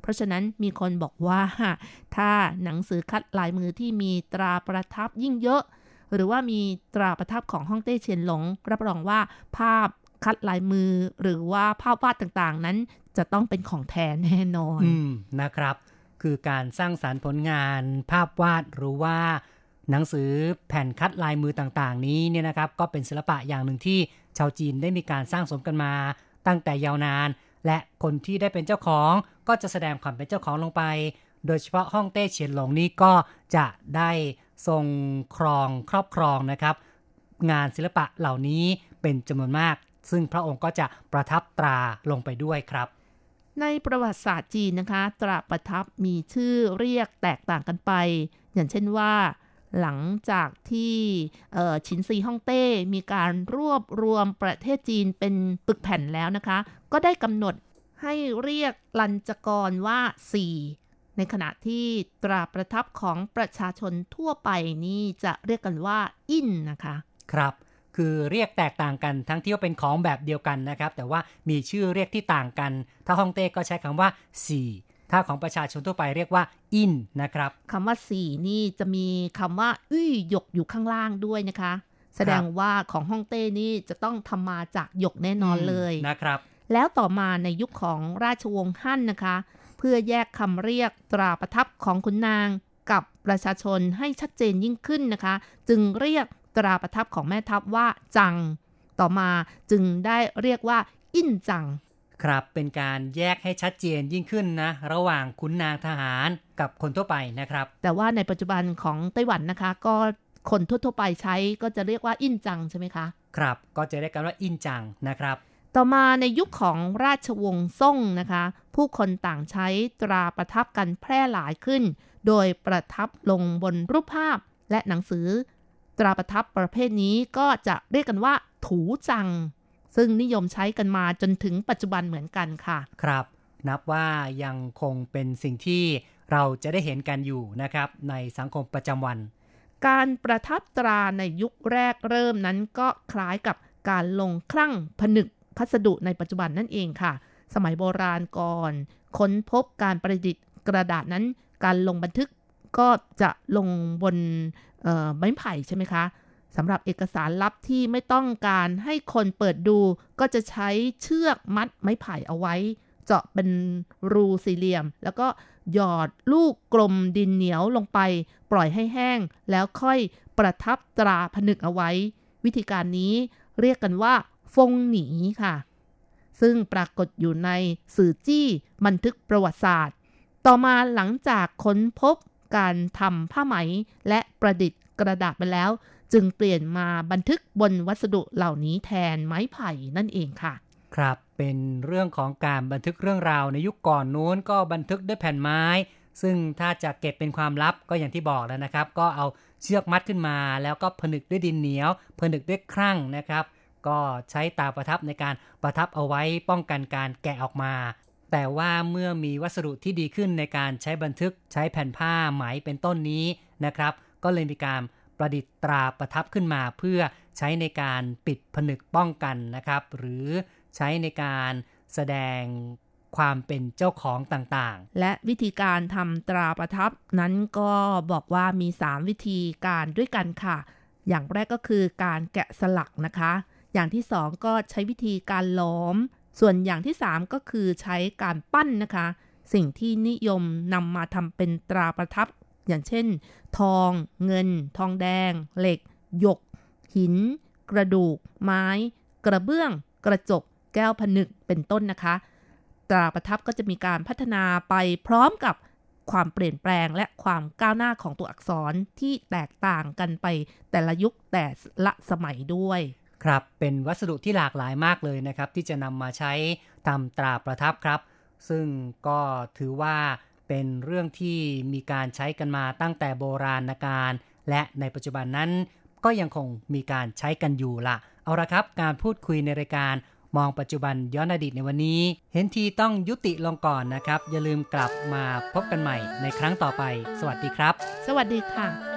เพราะฉะนั้นมีคนบอกว่าถ้าหนังสือคัดลายมือที่มีตราประทับยิ่งเยอะหรือว่ามีตราประทับของฮ่องเต้เฉียนหลงรับรองว่าภาพคัดลายมือหรือว่าภาพวาดต่างๆนั้นจะต้องเป็นของแท้แน่นอนอืมนะครับคือการสร้างสรรค์ผลงานภาพวาดหรือว่าหนังสือแผ่นคัดลายมือต่างๆนี้เนี่ยนะครับก็เป็นศิลปะอย่างหนึ่งที่ชาวจีนได้มีการสร้างสมกันมาตั้งแต่ยาวนานและคนที่ได้เป็นเจ้าของก็จะแสดงความเป็นเจ้าของลงไปโดยเฉพาะฮ่องเต้เฉียนหลงนี่ก็จะได้ทรงครองครอบครองนะครับงานศิลปะเหล่านี้เป็นจำนวนมากซึ่งพระองค์ก็จะประทับตราลงไปด้วยครับในประวัติศาสตร์จีนนะคะตราประทับมีชื่อเรียกแตกต่างกันไปอย่างเช่นว่าหลังจากที่ฉินซีฮ่องเต้มีการรวบรวมประเทศจีนเป็นปึกแผ่นแล้วนะคะก็ได้กำหนดให้เรียกลัญจกรว่าสี่ในขณะที่ตราประทับของประชาชนทั่วไปนี่จะเรียกกันว่าอิ้นนะคะครับคือเรียกแตกต่างกันทั้งที่ว่าเป็นของแบบเดียวกันนะครับแต่ว่ามีชื่อเรียกที่ต่างกันถ้าฮ่องเต้ก็ใช้คำว่าสี่ถ้าของประชาชนทั่วไปเรียกว่าอินนะครับคำว่าสี่นี่จะมีคำว่าอื้อหยกอยู่ข้างล่างด้วยนะคะแสดงว่าของฮ่องเต้นี่จะต้องทำมาจากหยกแน่นอนเลยนะครับแล้วต่อมาในยุคของราชวงศ์ฮั่นนะคะเพื่อแยกคำเรียกตราประทับของขุนนางกับประชาชนให้ชัดเจนยิ่งขึ้นนะคะจึงเรียกตราประทับของแม่ทัพว่าจังต่อมาจึงได้เรียกว่าอิ้นจังครับเป็นการแยกให้ชัดเจนยิ่งขึ้นนะระหว่างขุนนางทหารกับคนทั่วไปนะครับแต่ว่าในปัจจุบันของไต้หวันนะคะก็คนทั่วๆไปใช้ก็จะเรียกว่าอิ้นจังใช่ไหมคะครับก็จะเรียกกันว่าอิ้นจังนะครับต่อมาในยุคของราชวงศ์ซ่งนะคะผู้คนต่างใช้ตราประทับกันแพร่หลายขึ้นโดยประทับลงบนรูปภาพและหนังสือตราประทับประเภทนี้ก็จะเรียกกันว่าถูจังซึ่งนิยมใช้กันมาจนถึงปัจจุบันเหมือนกันค่ะครับนับว่ายังคงเป็นสิ่งที่เราจะได้เห็นกันอยู่นะครับในสังคมประจำวันการประทับตราในยุคแรกเริ่มนั้นก็คล้ายกับการลงคลั่งผนึกพัสดุในปัจจุบันนั่นเองค่ะสมัยโบราณก่อนค้นพบการประดิษฐ์กระดาษนั้นการลงบันทึกก็จะลงบนไม้ไผ่ใช่ไหมคะสำหรับเอกสารลับที่ไม่ต้องการให้คนเปิดดูก็จะใช้เชือกมัดไม้ไผ่เอาไว้เจาะเป็นรูสี่เหลี่ยมแล้วก็หยอดลูกกลมดินเหนียวลงไปปล่อยให้แห้งแล้วค่อยประทับตราผนึกเอาไว้วิธีการนี้เรียกกันว่าฟงหนีค่ะซึ่งปรากฏอยู่ในสื่อจี้บันทึกประวัติศาสตร์ต่อมาหลังจากค้นพบการทำผ้าไหมและประดิษฐ์กระดาษไปแล้วจึงเปลี่ยนมาบันทึกบนวัสดุเหล่านี้แทนไม้ไผ่นั่นเองค่ะครับเป็นเรื่องของการบันทึกเรื่องราวในยุคก่อนนู้นก็บันทึกด้วยแผ่นไม้ซึ่งถ้าจะเก็บเป็นความลับก็อย่างที่บอกแล้วนะครับก็เอาเชือกมัดขึ้นมาแล้วก็ผนึกด้วยดินเหนียวผนึกด้วยครั่งนะครับก็ใช้ตาประทับในการประทับเอาไว้ป้องกันการแกะออกมาแต่ว่าเมื่อมีวัสดุที่ดีขึ้นในการใช้บันทึกใช้แผ่นผ้าไหมเป็นต้นนี้นะครับก็เลยมีการประดิษฐ์ตราประทับขึ้นมาเพื่อใช้ในการปิดผนึกป้องกันนะครับหรือใช้ในการแสดงความเป็นเจ้าของต่างๆและวิธีการทำตราประทับนั้นก็บอกว่ามีสามวิธีการด้วยกันค่ะอย่างแรกก็คือการแกะสลักนะคะอย่างที่สองก็ใช้วิธีการหลอมส่วนอย่างที่สามก็คือใช้การปั้นนะคะสิ่งที่นิยมนำมาทำเป็นตราประทับอย่างเช่นทองเงินทองแดงเหล็กหยกหินกระดูกไม้กระเบื้องกระจกแก้วผนึกเป็นต้นนะคะตราประทับก็จะมีการพัฒนาไปพร้อมกับความเปลี่ยนแปลงและความก้าวหน้าของตัวอักษรที่แตกต่างกันไปแต่ละยุคแต่ละสมัยด้วยครับเป็นวัสดุที่หลากหลายมากเลยนะครับที่จะนำมาใช้ทำตราประทับครับซึ่งก็ถือว่าเป็นเรื่องที่มีการใช้กันมาตั้งแต่โบราณกาลและในปัจจุบันนั้นก็ยังคงมีการใช้กันอยู่ละเอาละครับการพูดคุยในรายการมองปัจจุบันย้อนอดีตในวันนี้เห็นทีต้องยุติลงก่อนนะครับอย่าลืมกลับมาพบกันใหม่ในครั้งต่อไปสวัสดีครับสวัสดีค่ะ